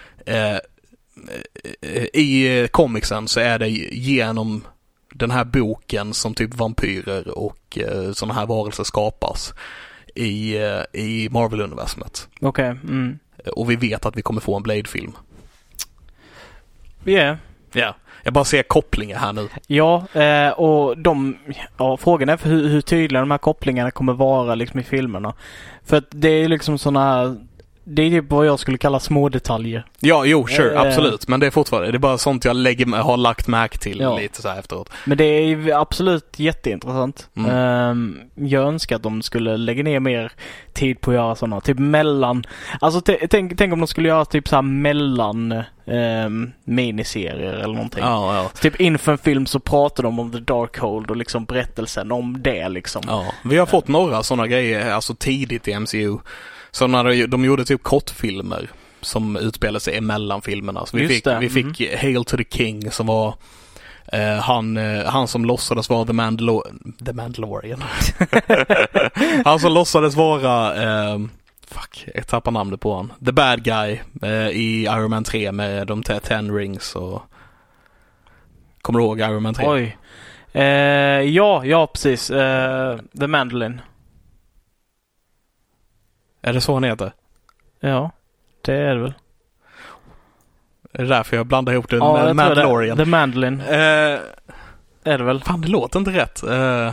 i comicsen så är det genom den här boken som typ vampyrer och såna här varelser skapas i Marvel-universumet. Okej. Och vi vet att vi kommer få en Blade-film. Yeah. Ja. Jag bara ser kopplingar här nu. Ja, och frågan är för hur tydliga de här kopplingarna kommer vara liksom i filmerna. För att det är liksom såna, det är typ vad jag skulle kalla små detaljer. Ja, sure, absolut. Men det är fortfarande, det är bara sånt jag har lagt märke till lite så här efteråt. Men det är ju absolut jätteintressant. Jag önskar att de skulle lägga ner mer tid på att göra sådana. Typ mellan, alltså tänk om de skulle göra typ så här mellan miniserier eller någonting. Ja. Typ inför en film så pratar de om The Darkhold och liksom berättelsen om det liksom. Ja, vi har fått några sådana grejer alltså tidigt i MCU. Så när de gjorde typ kortfilmer som utspelade sig emellan filmerna. Så vi fick Hail to the King som var han som låtsades vara The Mandalorian. Han som låtsades vara jag tappar namnet på han. The Bad Guy i Iron Man 3 med de 10 rings och kommer du ihåg Iron Man 3? Oj. Ja, precis. The Mandolin. Är det så han heter? Ja, det är det väl. Det är därför jag blandar ihop det med Mandalorian. The Mandolin. Är det väl? Fan, det låter inte rätt.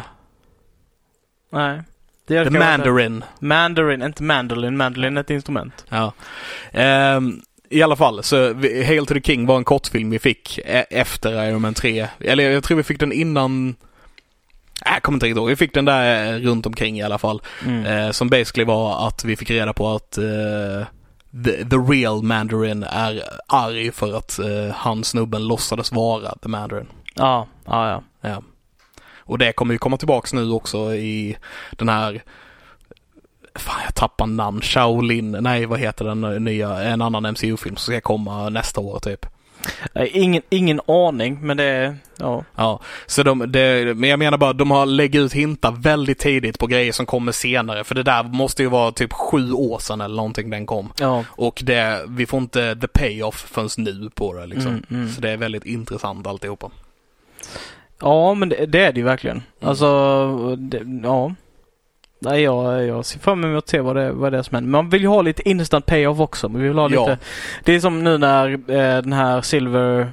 Nej. The Mandarin. Mandarin, inte Mandolin. Mandolin är ett instrument. Ja. I alla fall, så Hail to the King var en kortfilm vi fick efter Iron Man 3. Eller jag tror vi fick den innan... Jag kommer inte riktigt ihåg. Vi fick den där runt omkring i alla fall. Som basically var att vi fick reda på att the real Mandarin är arg för att han snubben låtsades vara the Mandarin. Ja. Och det kommer ju komma tillbaks nu också i den här... Fan, jag tappar namn. Shaolin. Nej, vad heter den nya? En annan MCU-film som ska komma nästa år typ. Ingen aning, men det är... Ja, så men jag menar bara, de har läggt ut hintar väldigt tidigt på grejer som kommer senare. För det där måste ju vara typ 7 år sedan eller någonting den kom. Ja. Och vi får inte the payoff förrän nu på det liksom. Så det är väldigt intressant alltihopa. Ja, men det är det ju verkligen. Alltså, ja. Nej, jag ser fram emot att se vad det är som händer. Man vill ju ha lite instant payoff också. Men vi vill ha lite... Det är som nu när den här Silver...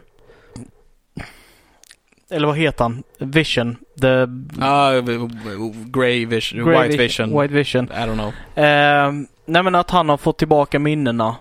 Eller vad heter han? Vision. Grey Vision. White Vision. I don't know. Nej, men att han har fått tillbaka minnena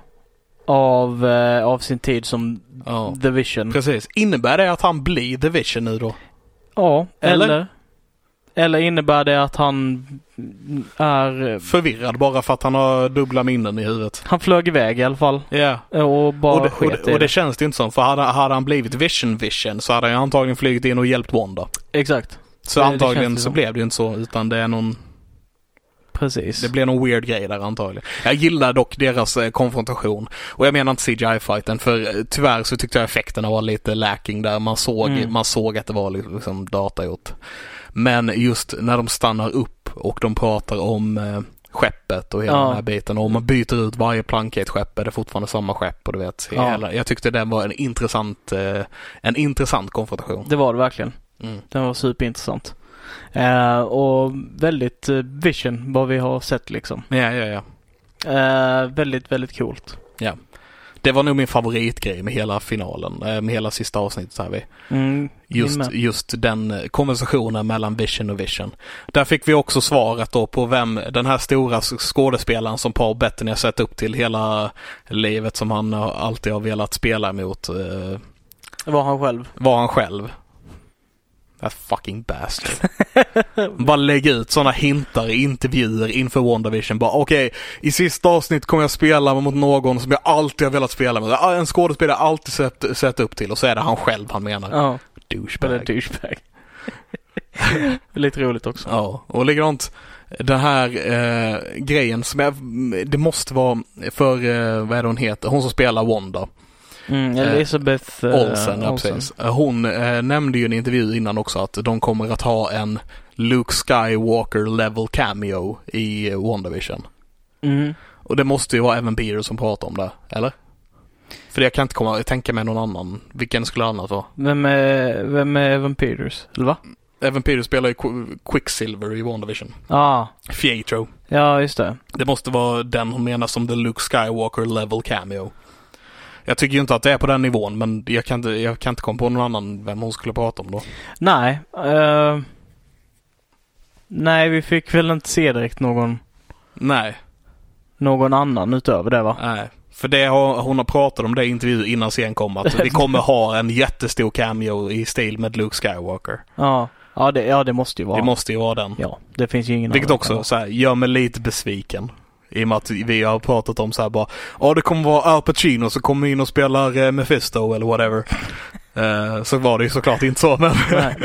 av sin tid som The Vision. Precis. Innebär det att han blir The Vision nu då? Ja, eller innebär det att han är... förvirrad bara för att han har dubbla minnen i huvudet? Han flög iväg i alla fall. Ja. Och bara och det känns det inte som. För hade han blivit Vision så hade han antagligen flygit in och hjälpt Wanda. Exakt. Så antagligen så blev det ju inte så. Utan det är någon... Precis. Det blir någon weird grej där antagligen. Jag gillar dock deras konfrontation. Och jag menar inte CGI-fighten. För tyvärr så tyckte jag effekterna var lite lacking där. Man såg att det var liksom datagjort. Men just när de stannar upp och de pratar om skeppet och hela den här biten. Och man byter ut varje planka i ett skepp, är det fortfarande samma skepp och du vet. Jag tyckte det var en intressant konfrontation. Det var det verkligen. Den var superintressant. Och väldigt Vision vad vi har sett liksom. Ja. Väldigt, väldigt coolt. Ja. Det var nog min favoritgrej med hela finalen, med hela sista avsnittet här. Just den konversationen mellan Vision och Vision. Där fick vi också svaret då på vem den här stora skådespelaren som Paul Bettany har sett upp till hela livet, som han alltid har velat spela emot. Var han själv? That fucking bastard. Bara lägga ut sådana hintar i intervjuer inför WandaVision. Bara okej, i sista avsnitt kommer jag spela mot någon som jag alltid har velat spela med. En skådespelare jag alltid sett upp till. Och så är det han själv han menar. Ja. Douchebag. Lite roligt också. Ja, och likadant den här grejen som det måste vara för, vad är det hon heter? Hon som spelar Wanda. Elizabeth Olsen. Ja, precis. Hon nämnde ju i en intervju innan också att de kommer att ha en Luke Skywalker level cameo i WandaVision. Och det måste ju vara Evan Peters som pratar om det, eller? För jag kan inte tänka mig någon annan. Vilken skulle annat vara? Vem är Evan Peters? Eller va? Evan Peters spelar ju Quicksilver i WandaVision. Pietro. Ja, just det. Det måste vara den hon menar som the Luke Skywalker level cameo. Jag tycker ju inte att det är på den nivån, men jag kan inte komma på någon annan vem hon skulle prata om då. Nej. Nej, vi fick väl inte se direkt någon annan utöver det, va? Nej. För det hon har pratat om det i intervju innan serien kom, att vi kommer ha en jättestor cameo i stil med Luke Skywalker. Ja, det måste ju vara. Det måste ju vara den. Ja, det finns ju ingen vilket annan också så här, gör mig lite besviken. I och med att vi har pratat om så här bara, det kommer vara Al Pacino som kommer in och spelar Mephisto eller whatever. Så var det ju såklart inte så, men...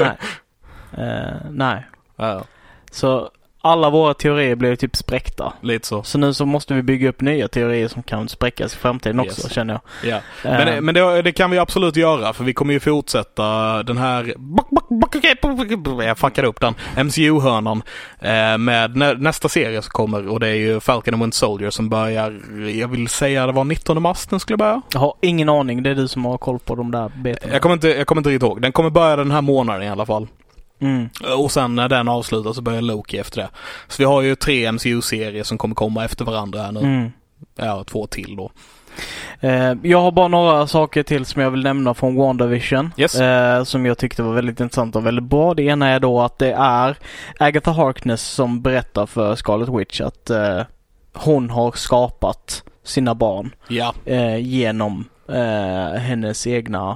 Nej. Ja. Så alla våra teorier blev typ spräckta. Lite så. Så nu så måste vi bygga upp nya teorier som kan spräckas i framtiden också, känner jag. Ja. Men det kan vi absolut göra, för vi kommer ju fortsätta den här... Jag fuckade upp den. MCU-hörnan med nästa serie som kommer, och det är ju Falcon and Winter Soldier som börjar, jag vill säga det var 19 mars den skulle börja. Jag har ingen aning, det är du som har koll på de där betorna. Jag kommer inte riktigt ihåg. Den kommer börja den här månaden i alla fall. Och sen när den avslutas så börjar Loki efter det. Så vi har ju 3 MCU-serier som kommer komma efter varandra här nu. Ja, 2 till då. Jag har bara några saker till som jag vill nämna från WandaVision. Yes. Som jag tyckte var väldigt intressant och väldigt bra. Det ena är då att det är Agatha Harkness som berättar för Scarlet Witch att hon har skapat sina barn genom hennes egna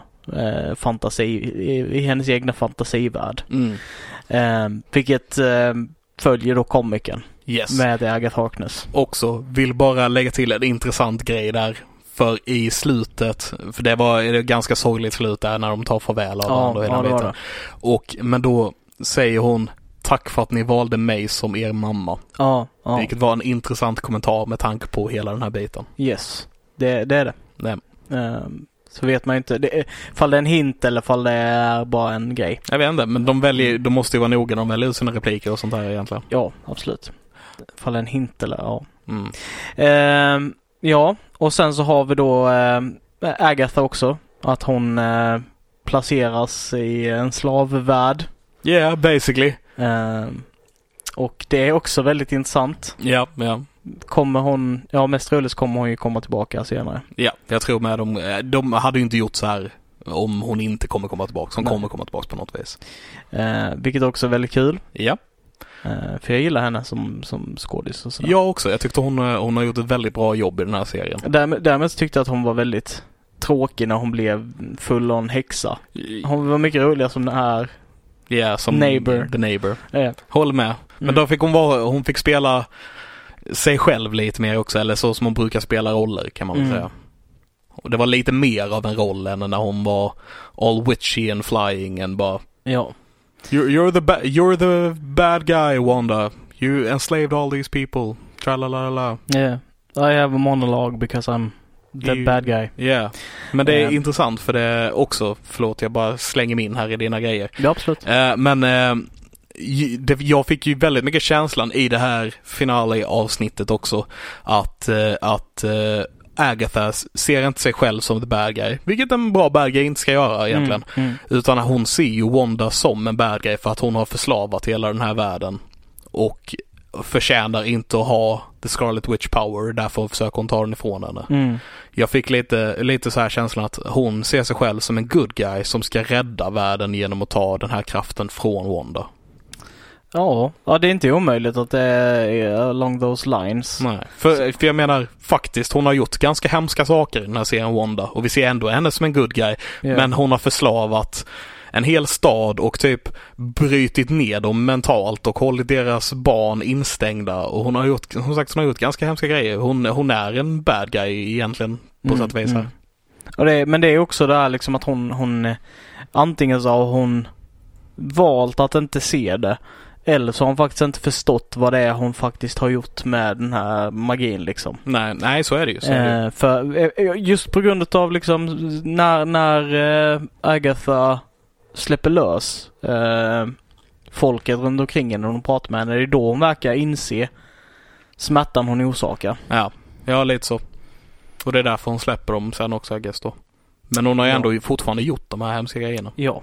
i hennes egna fantasivärld. Vilket följer då komikern med Agatha Harkness. Också vill bara lägga till en intressant grej där. För i slutet, för det var ett ganska sorgligt slut där när de tar farväl av varandra och hela biten. Men då säger hon, tack för att ni valde mig som er mamma. Vilket var en intressant kommentar med tanke på hela den här biten. Yes, det är det. Nej. Så vet man inte fall det är en hint eller fall det är bara en grej. Jag vet inte, men de måste ju vara noga när de väljer ut sina repliker och sånt här egentligen. Ja, absolut. Fall det är en hint eller och sen så har vi då Agatha också, att hon placeras i en slavvärld. Yeah, basically. Och det är också väldigt intressant. Ja. Kommer hon, mest troligt kommer hon ju komma tillbaka senare. Ja, jag tror med de hade ju inte gjort så här om hon inte kommer komma tillbaka. Hon kommer komma tillbaka på något vis. Vilket också är väldigt kul. Ja. För jag gillar henne som skådis och sådär. Jag också. Jag tyckte hon har gjort ett väldigt bra jobb i den här serien. Därmed tyckte jag att hon var väldigt tråkig när hon blev full on häxa. Hon var mycket roligare som den här som Neighbor. The Neighbor. Håll med. Men då fick hon fick spela sig själv lite mer också, eller så som hon brukar spela roller, kan man väl säga. Och det var lite mer av en roll än när hon var all witchy and flying and bara You're the bad guy, Wanda. You enslaved all these people. Tralalala. Yeah. I have a monologue because I'm the bad guy. Yeah. Men det är intressant för det också, förlåt jag bara slänger mig in här i dina grejer. Ja, absolut. Jag fick ju väldigt mycket känslan i det här finale-avsnittet också att Agatha ser inte sig själv som the bad guy, vilket en bra bad guy inte ska göra egentligen. Utan hon ser ju Wanda som en bad guy för att hon har förslavat hela den här världen och förtjänar inte att ha the Scarlet Witch power, därför försöker hon ta den ifrån henne. Jag fick lite så här känslan att hon ser sig själv som en good guy som ska rädda världen genom att ta den här kraften från Wanda. Ja, det är inte omöjligt att det är along those lines. Nej, för jag menar faktiskt, hon har gjort ganska hemska saker i den här serien Wanda, och vi ser ändå henne som en good guy, men hon har förslavat en hel stad och typ brytit ner dem mentalt och hållit deras barn instängda, och hon har gjort ganska hemska grejer. Hon är en bad guy egentligen på sätt och vis här. Men det är också det här liksom att hon antingen så har hon valt att inte se det, eller så har hon faktiskt inte förstått vad det är hon faktiskt har gjort med den här magin liksom. Nej, så är det ju. För just på grund av liksom när Agatha släpper lös folket runt omkring henne och hon pratar med henne, det är då hon verkar inse smärtan hon orsakar. Ja, lite så. Och det är därför hon släpper dem sen också, I guess då. Men hon har ju ändå fortfarande gjort de här hemska grejerna. Ja.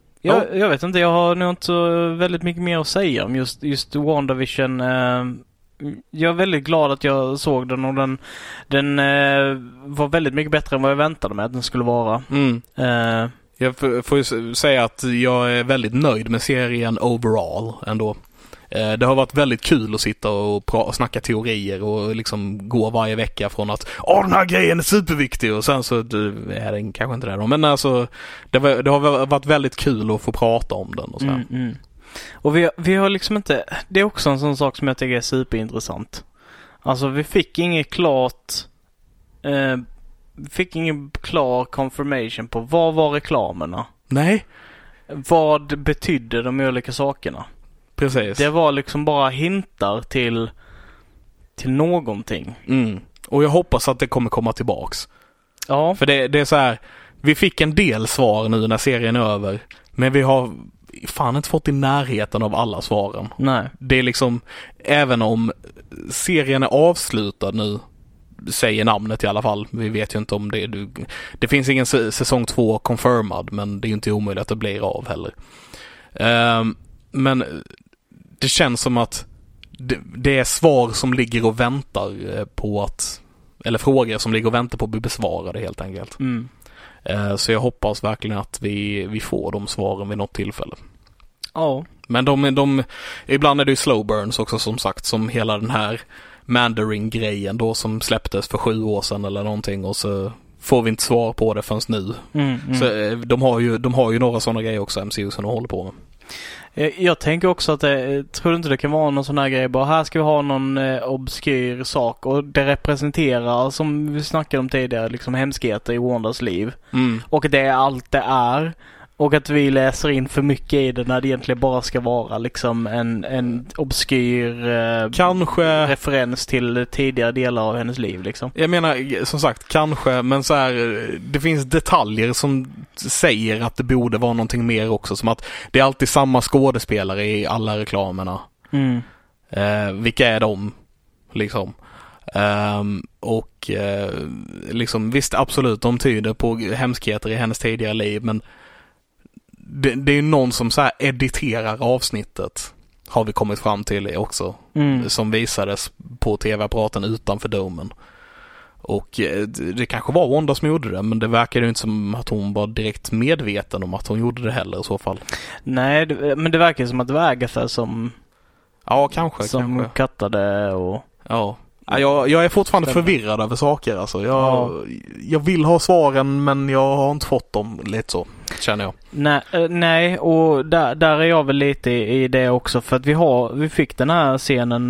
Jag vet inte, jag har nog inte så väldigt mycket mer att säga om just WandaVision. jag är väldigt glad att jag såg den, och den var väldigt mycket bättre än vad jag väntade mig att den skulle vara. Jag får ju säga att jag är väldigt nöjd med serien overall ändå. Det har varit väldigt kul att sitta och snacka teorier och liksom gå varje vecka från att den här grejen är superviktig och sen så är den kanske inte det då. Men alltså det har varit väldigt kul att få prata om den och så här. Och vi har liksom inte, det är också en sån sak som jag tycker är superintressant. Alltså vi fick ingen klar confirmation på vad var reklamerna. Nej. Vad betydde de olika sakerna? Precis. Det var liksom bara hintar till någonting. Och jag hoppas att det kommer komma tillbaks. Ja. För det är så här, vi fick en del svar nu när serien är över, men vi har fan inte fått i närheten av alla svaren. Nej. Det är liksom, även om serien är avslutad nu, säger namnet i alla fall. Vi vet ju inte om det finns ingen säsong 2 confirmad, men det är ju inte omöjligt att det blir av heller. Men det känns som att det är svar som ligger och väntar på att, eller frågor som ligger och väntar på att bli besvarade helt enkelt. Så jag hoppas verkligen att vi får de svaren vid något tillfälle. Ja. Men ibland är det ju slow burns också, som sagt, som hela den här Mandarin-grejen då som släpptes för 7 år sedan eller någonting, och så får vi inte svar på det förrän nu. Så de har ju några sådana grejer också, MCU, som de håller på med. Jag tänker också att tror du inte det kan vara någon sån här grej, bara här ska vi ha någon obskyr sak, och det representerar, som vi snackade om tidigare, liksom hemskheter i Wandas liv. Och det är allt det är. Och att vi läser in för mycket i det när det egentligen bara ska vara liksom en obskyr kanske referens till tidigare delar av hennes liv liksom. Jag menar, som sagt, kanske, men så här, det finns detaljer som säger att det borde vara någonting mer också, som att det är alltid samma skådespelare i alla reklamerna. Vilka är de liksom? Liksom visst, absolut, de tyder på hemskheter i hennes tidigare liv, men det är ju någon som så här editerar avsnittet, har vi kommit fram till också, som visades på tv-apparaten utanför domen. Och det kanske var Wanda som gjorde det, men det verkar ju inte som att hon var direkt medveten om att hon gjorde det heller i så fall. Nej, men det verkar som att det var Agatha som kanske kattade och... Ja. Jag är fortfarande förvirrad över saker. Alltså. Jag vill ha svaren, men jag har inte fått dem, lite så, känner jag. Nej, och där är jag väl lite i det också. För att vi fick den här scenen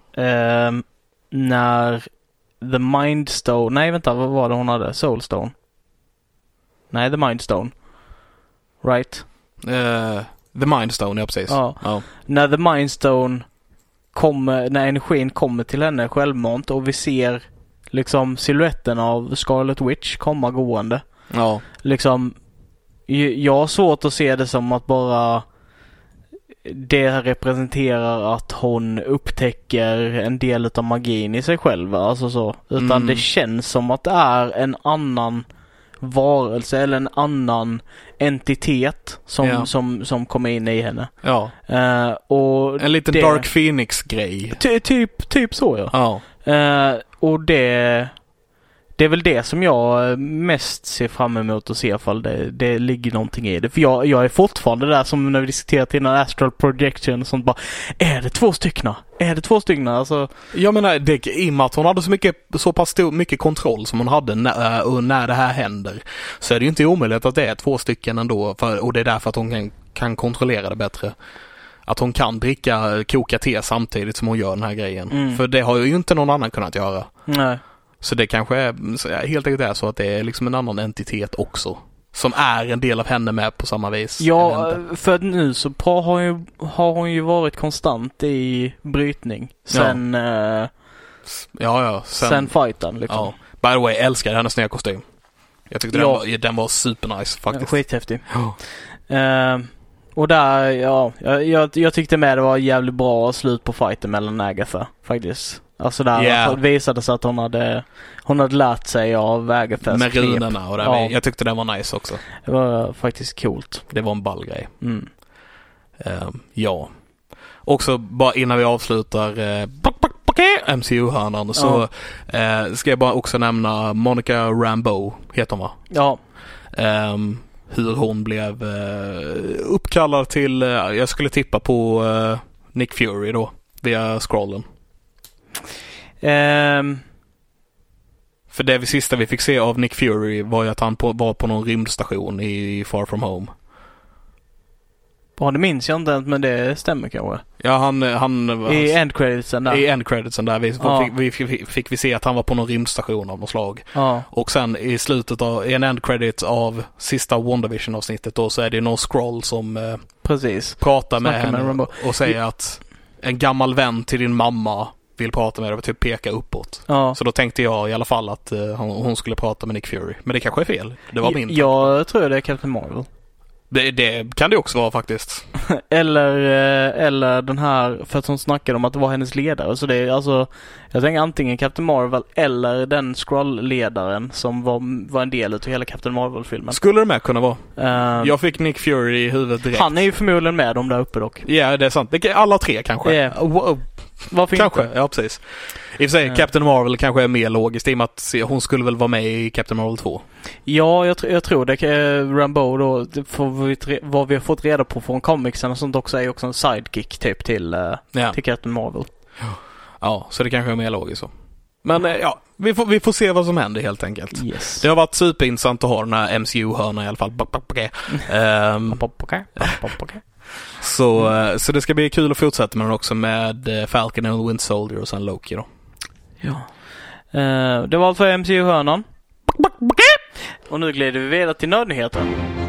när The Mind Stone... Nej, vänta, vad var det hon hade? Soul Stone? Nej, The Mind Stone. Right? The Mind Stone, ja precis. Ja. När The Mind Stone när energin kommer till henne självmant och vi ser liksom siluetten av Scarlet Witch komma gående. Ja. Liksom, jag har svårt att se det som att bara det representerar att hon upptäcker en del av magin i sig själv, alltså så. Utan det känns som att det är en annan varelse eller en annan entitet som kommer in i henne. Ja. Och en liten Dark Phoenix-grej. Typ så, ja. Och det är väl det som jag mest ser fram emot att se ifall det ligger någonting i det. För jag är fortfarande där som när vi diskuterat innan Astral Projection och sånt, bara, är det två stycken? Alltså, jag menar, i och med att hon hade så pass mycket kontroll som hon hade när det här händer, så är det ju inte omöjligt att det är 2 stycken ändå, och det är därför att hon kan kontrollera det bättre. Att hon kan koka te samtidigt som hon gör den här grejen. För det har ju inte någon annan kunnat göra. Nej. Så det kanske är helt enkelt är så att det är liksom en annan entitet också, som är en del av henne med på samma vis. Ja, för att nu så har hon ju varit konstant i brytning sen sen fighten liksom. Ja. By the way, älskar hennes nya kostym. Jag tyckte den var supernice faktiskt. Skithäftig. Och där, jag tyckte med det var jävligt bra slut på fighten mellan Agatha faktiskt. Alltså där visade sig att hon hade lärt sig av Agathas med runorna och det. Jag tyckte det var nice också. Det var faktiskt coolt. Det var en ball grej. Ja. Också bara innan vi avslutar MCU-hörnan så ska jag bara också nämna Monica Rambeau, heter hon va? Ja. Hur hon blev uppkallad till, jag skulle tippa på Nick Fury då, via scrollen. För det sista vi fick se av Nick Fury var ju att han var på någon rymdstation i Far From Home. Ja, det minns jag inte, men det stämmer kanske. Ja, han i endcreditsen där. I endcreditsen där fick vi se att han var på någon rymdstation av något slag. Ja. Och sen i slutet av en endcredit av sista WandaVision-avsnittet då så är det någon scroll som precis pratar med henne och säger att en gammal vän till din mamma vill prata med dig och typ peka uppåt. Ja. Så då tänkte jag i alla fall att hon skulle prata med Nick Fury. Men det kanske är fel. Det var min. Jag tror det är Captain Marvel. Det kan det också vara faktiskt. eller den här, för att hon snackade om att det var hennes ledare. Så det är alltså, jag tänker antingen Captain Marvel eller den Skrull-ledaren som var en del av hela Captain Marvel-filmen. Skulle det med kunna vara? Jag fick Nick Fury i huvudet direkt. Han är ju förmodligen med dem där uppe dock. Ja, det är sant. Alla tre kanske. Yeah. Varför kanske, inte? Ja precis. I och för sig, Captain Marvel kanske är mer logiskt i och med att hon skulle väl vara med i Captain Marvel 2. Ja, jag tror det. Rambeau då, vad vi har fått reda på från comicsen och sånt också är också en sidekick typ till Captain Marvel. Ja, så det kanske är mer logiskt så. Men ja, vi får se vad som händer helt enkelt. Yes. Det har varit superintressant att ha den här MCU-hörnan i alla fall. Så det ska bli kul att fortsätta med den också med Falcon and Winter Soldier och sen Loki då. Ja. Det var allt för MCU-hörnan. Och nu glider vi vidare till nödnyheter.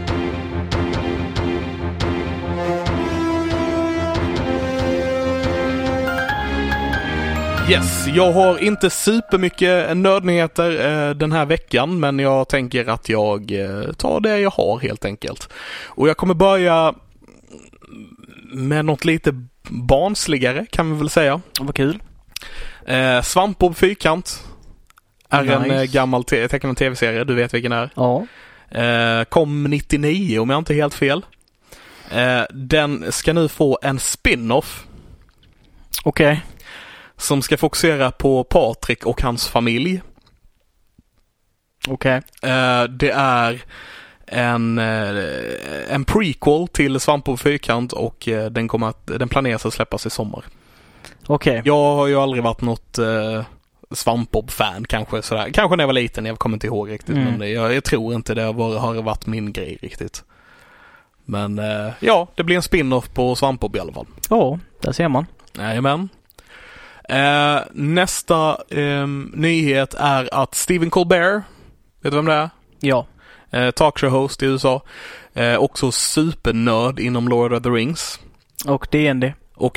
Yes, jag har inte supermycket nödnyheter den här veckan, men jag tänker att jag tar det jag har helt enkelt. Och jag kommer börja med något lite barnsligare kan vi väl säga. Vad kul. Svampbob Fyrkant är en gammal tecknad tv-serie, du vet vilken det är. Ja. Kom 99 om jag inte är helt fel. Den ska nu få en spin-off. Okej. Som ska fokusera på Patrik och hans familj. Okej. Det är en prequel till Svampbob Fyrkant och den planeras att släppas i sommar. Okej. Jag har ju aldrig varit något Svampbob-fan kanske sådär. Kanske när jag var liten, jag kommer inte ihåg riktigt. Men jag tror inte det har varit min grej riktigt. Men ja, det blir en spin-off på Svampbob i alla fall. Ja, där ser man. Jajamän. Nästa nyhet är att Stephen Colbert, vet du vem det är? Ja. Talkshow-host i USA. Också supernörd inom Lord of the Rings. Och D&D.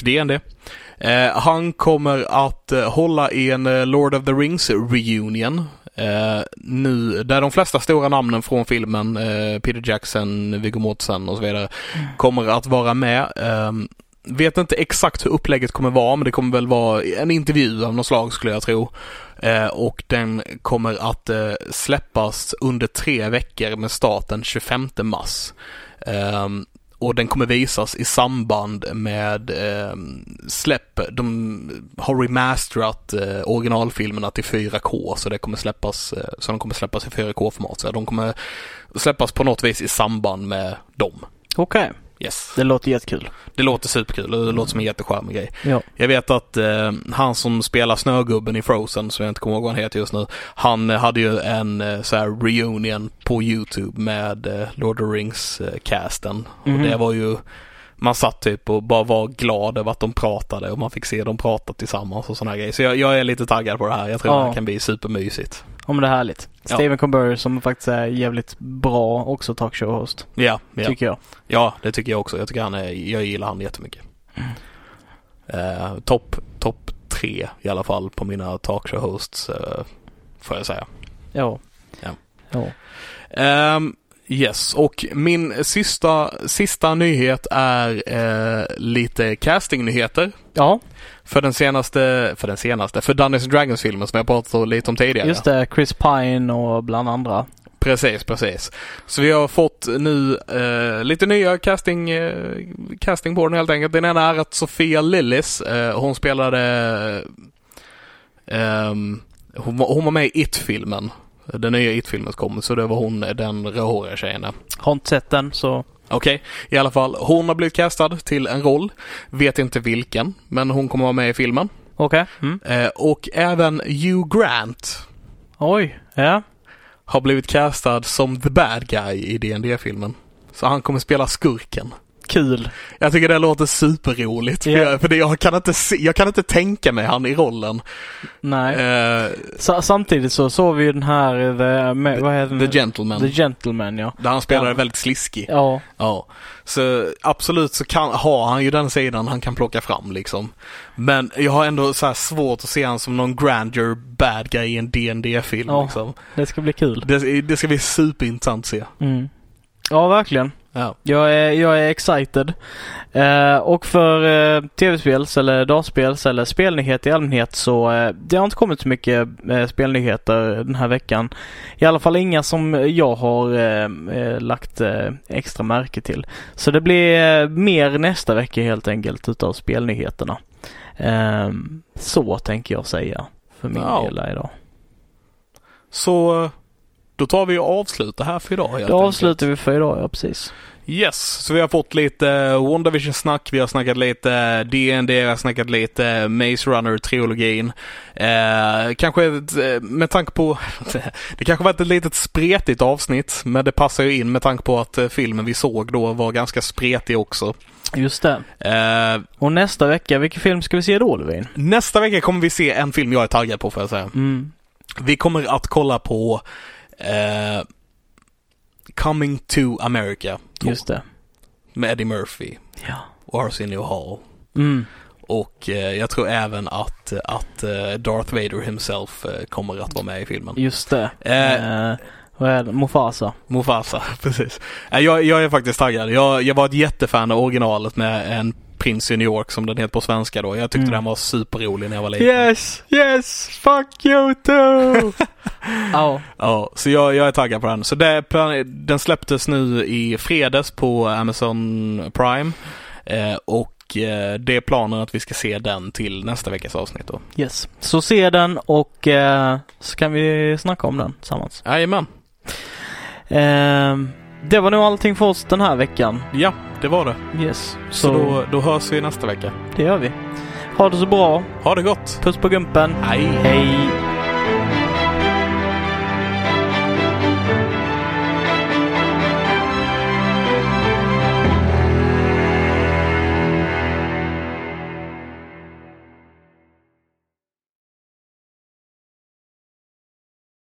Han kommer att hålla i en Lord of the Rings reunion nu, där de flesta stora namnen från filmen, Peter Jackson, Viggo Mortensen och så vidare, kommer att vara med. Vet inte exakt hur upplägget kommer vara, men det kommer väl vara en intervju av något slag skulle jag tro. Och den kommer att släppas under 3 veckor med starten 25 mars. Och den kommer visas i samband med släpp. De har remasterat originalfilmerna till 4K, så de kommer släppas i 4K-format. Så de kommer släppas på något vis i samband med dem. Okej. Yes. Det låter jättekul. Det låter superkul och det låter som en jättecharmig grej. Ja. Jag vet att han som spelar Snögubben i Frozen, så jag inte kommer ihåg vad han heter just nu, han hade ju en så här reunion på YouTube med Lord of the Rings-casten. Och det var ju, man satt typ och bara var glad över att de pratade och man fick se dem prata tillsammans och såna här grejer. Så jag är lite taggad på det här. Jag tror det kan bli supermysigt. Om det är härligt. Stephen Colbert som faktiskt är jävligt bra också talkshow-host. Ja. Tycker jag. Ja, det tycker jag också. Jag gillar han jättemycket. Topp 3 i alla fall på mina talkshow-hosts får jag säga. Ja. Yes, och min sista nyhet är lite castingnyheter. Ja. För Dungeons & Dragons-filmen som jag pratat lite om tidigare. Just det, Chris Pine och bland andra. Precis. Så vi har fått nu lite nya casting på den helt enkelt. Den ena är att Sofia Lillis, hon spelade Hon var med i It-filmen. Den nya It-filmen kom, så det var hon, den rödhåriga tjejen. Har inte sett den, så... Okej, i alla fall. Hon har blivit castad till en roll. Vet inte vilken, men hon kommer vara med i filmen. Okej. Och även Hugh Grant Oj, ja. har blivit castad som the bad guy i D&D-filmen. Så han kommer spela skurken. Kul. Jag tycker det låter superroligt. Yeah. För jag kan inte tänka mig han i rollen. Nej. Samtidigt så såg vi ju den här vad heter den? The Gentleman. The Gentleman, ja. Där han spelar väldigt sliskig. Ja. Så absolut så har han ju den sidan han kan plocka fram liksom. Men jag har ändå så här svårt att se han som någon grandeur bad guy i en D&D-film liksom. Det ska bli kul. Det ska bli superintressant att se. Mm. Ja, verkligen. Ja. Jag är excited. Och för tv-spels eller dataspels eller spelnyheter i allmänhet så det har inte kommit så mycket spelnyheter den här veckan. I alla fall inga som jag har lagt extra märke till. Så det blir mer nästa vecka helt enkelt utav spelnyheterna. Så tänker jag säga för min del idag. Så då tar vi och avslutar här för idag. Då avslutar vi för idag, ja precis. Yes, så vi har fått lite WandaVision-snack, vi har snackat lite D&D, vi har snackat lite Maze Runner-trilogin. Kanske med tanke på, det kanske var ett litet spretigt avsnitt, men det passar ju in med tanke på att filmen vi såg då var ganska spretig också. Just det. Och nästa vecka, vilken film ska vi se då, Levin? Nästa vecka kommer vi se en film jag är taggad på, får jag säga. Vi kommer att kolla på Coming to America 2. Just det. Med Eddie Murphy. Ja. Och Arsenio Hall. Och jag tror även att Darth Vader himself kommer att vara med i filmen. Just det. Vad är det? Mufasa, precis. Jag är faktiskt taggad. Jag var ett jättefan av originalet med en Prins i New York som den heter på svenska då. Jag tyckte den var superrolig när jag var liten. Yes, fuck you too! Ja, så jag är taggad på den. Så den släpptes nu i fredags på Amazon Prime. Och det är planen att vi ska se den till nästa veckas avsnitt då. Yes, så se den och så kan vi snacka om den tillsammans. Jajamän. Det var nog allting för oss den här veckan. Ja, det var det. Yes. Så då hörs vi nästa vecka. Det gör vi. Ha det så bra. Ha det gott. Puss på gumpen. Hej. Hej.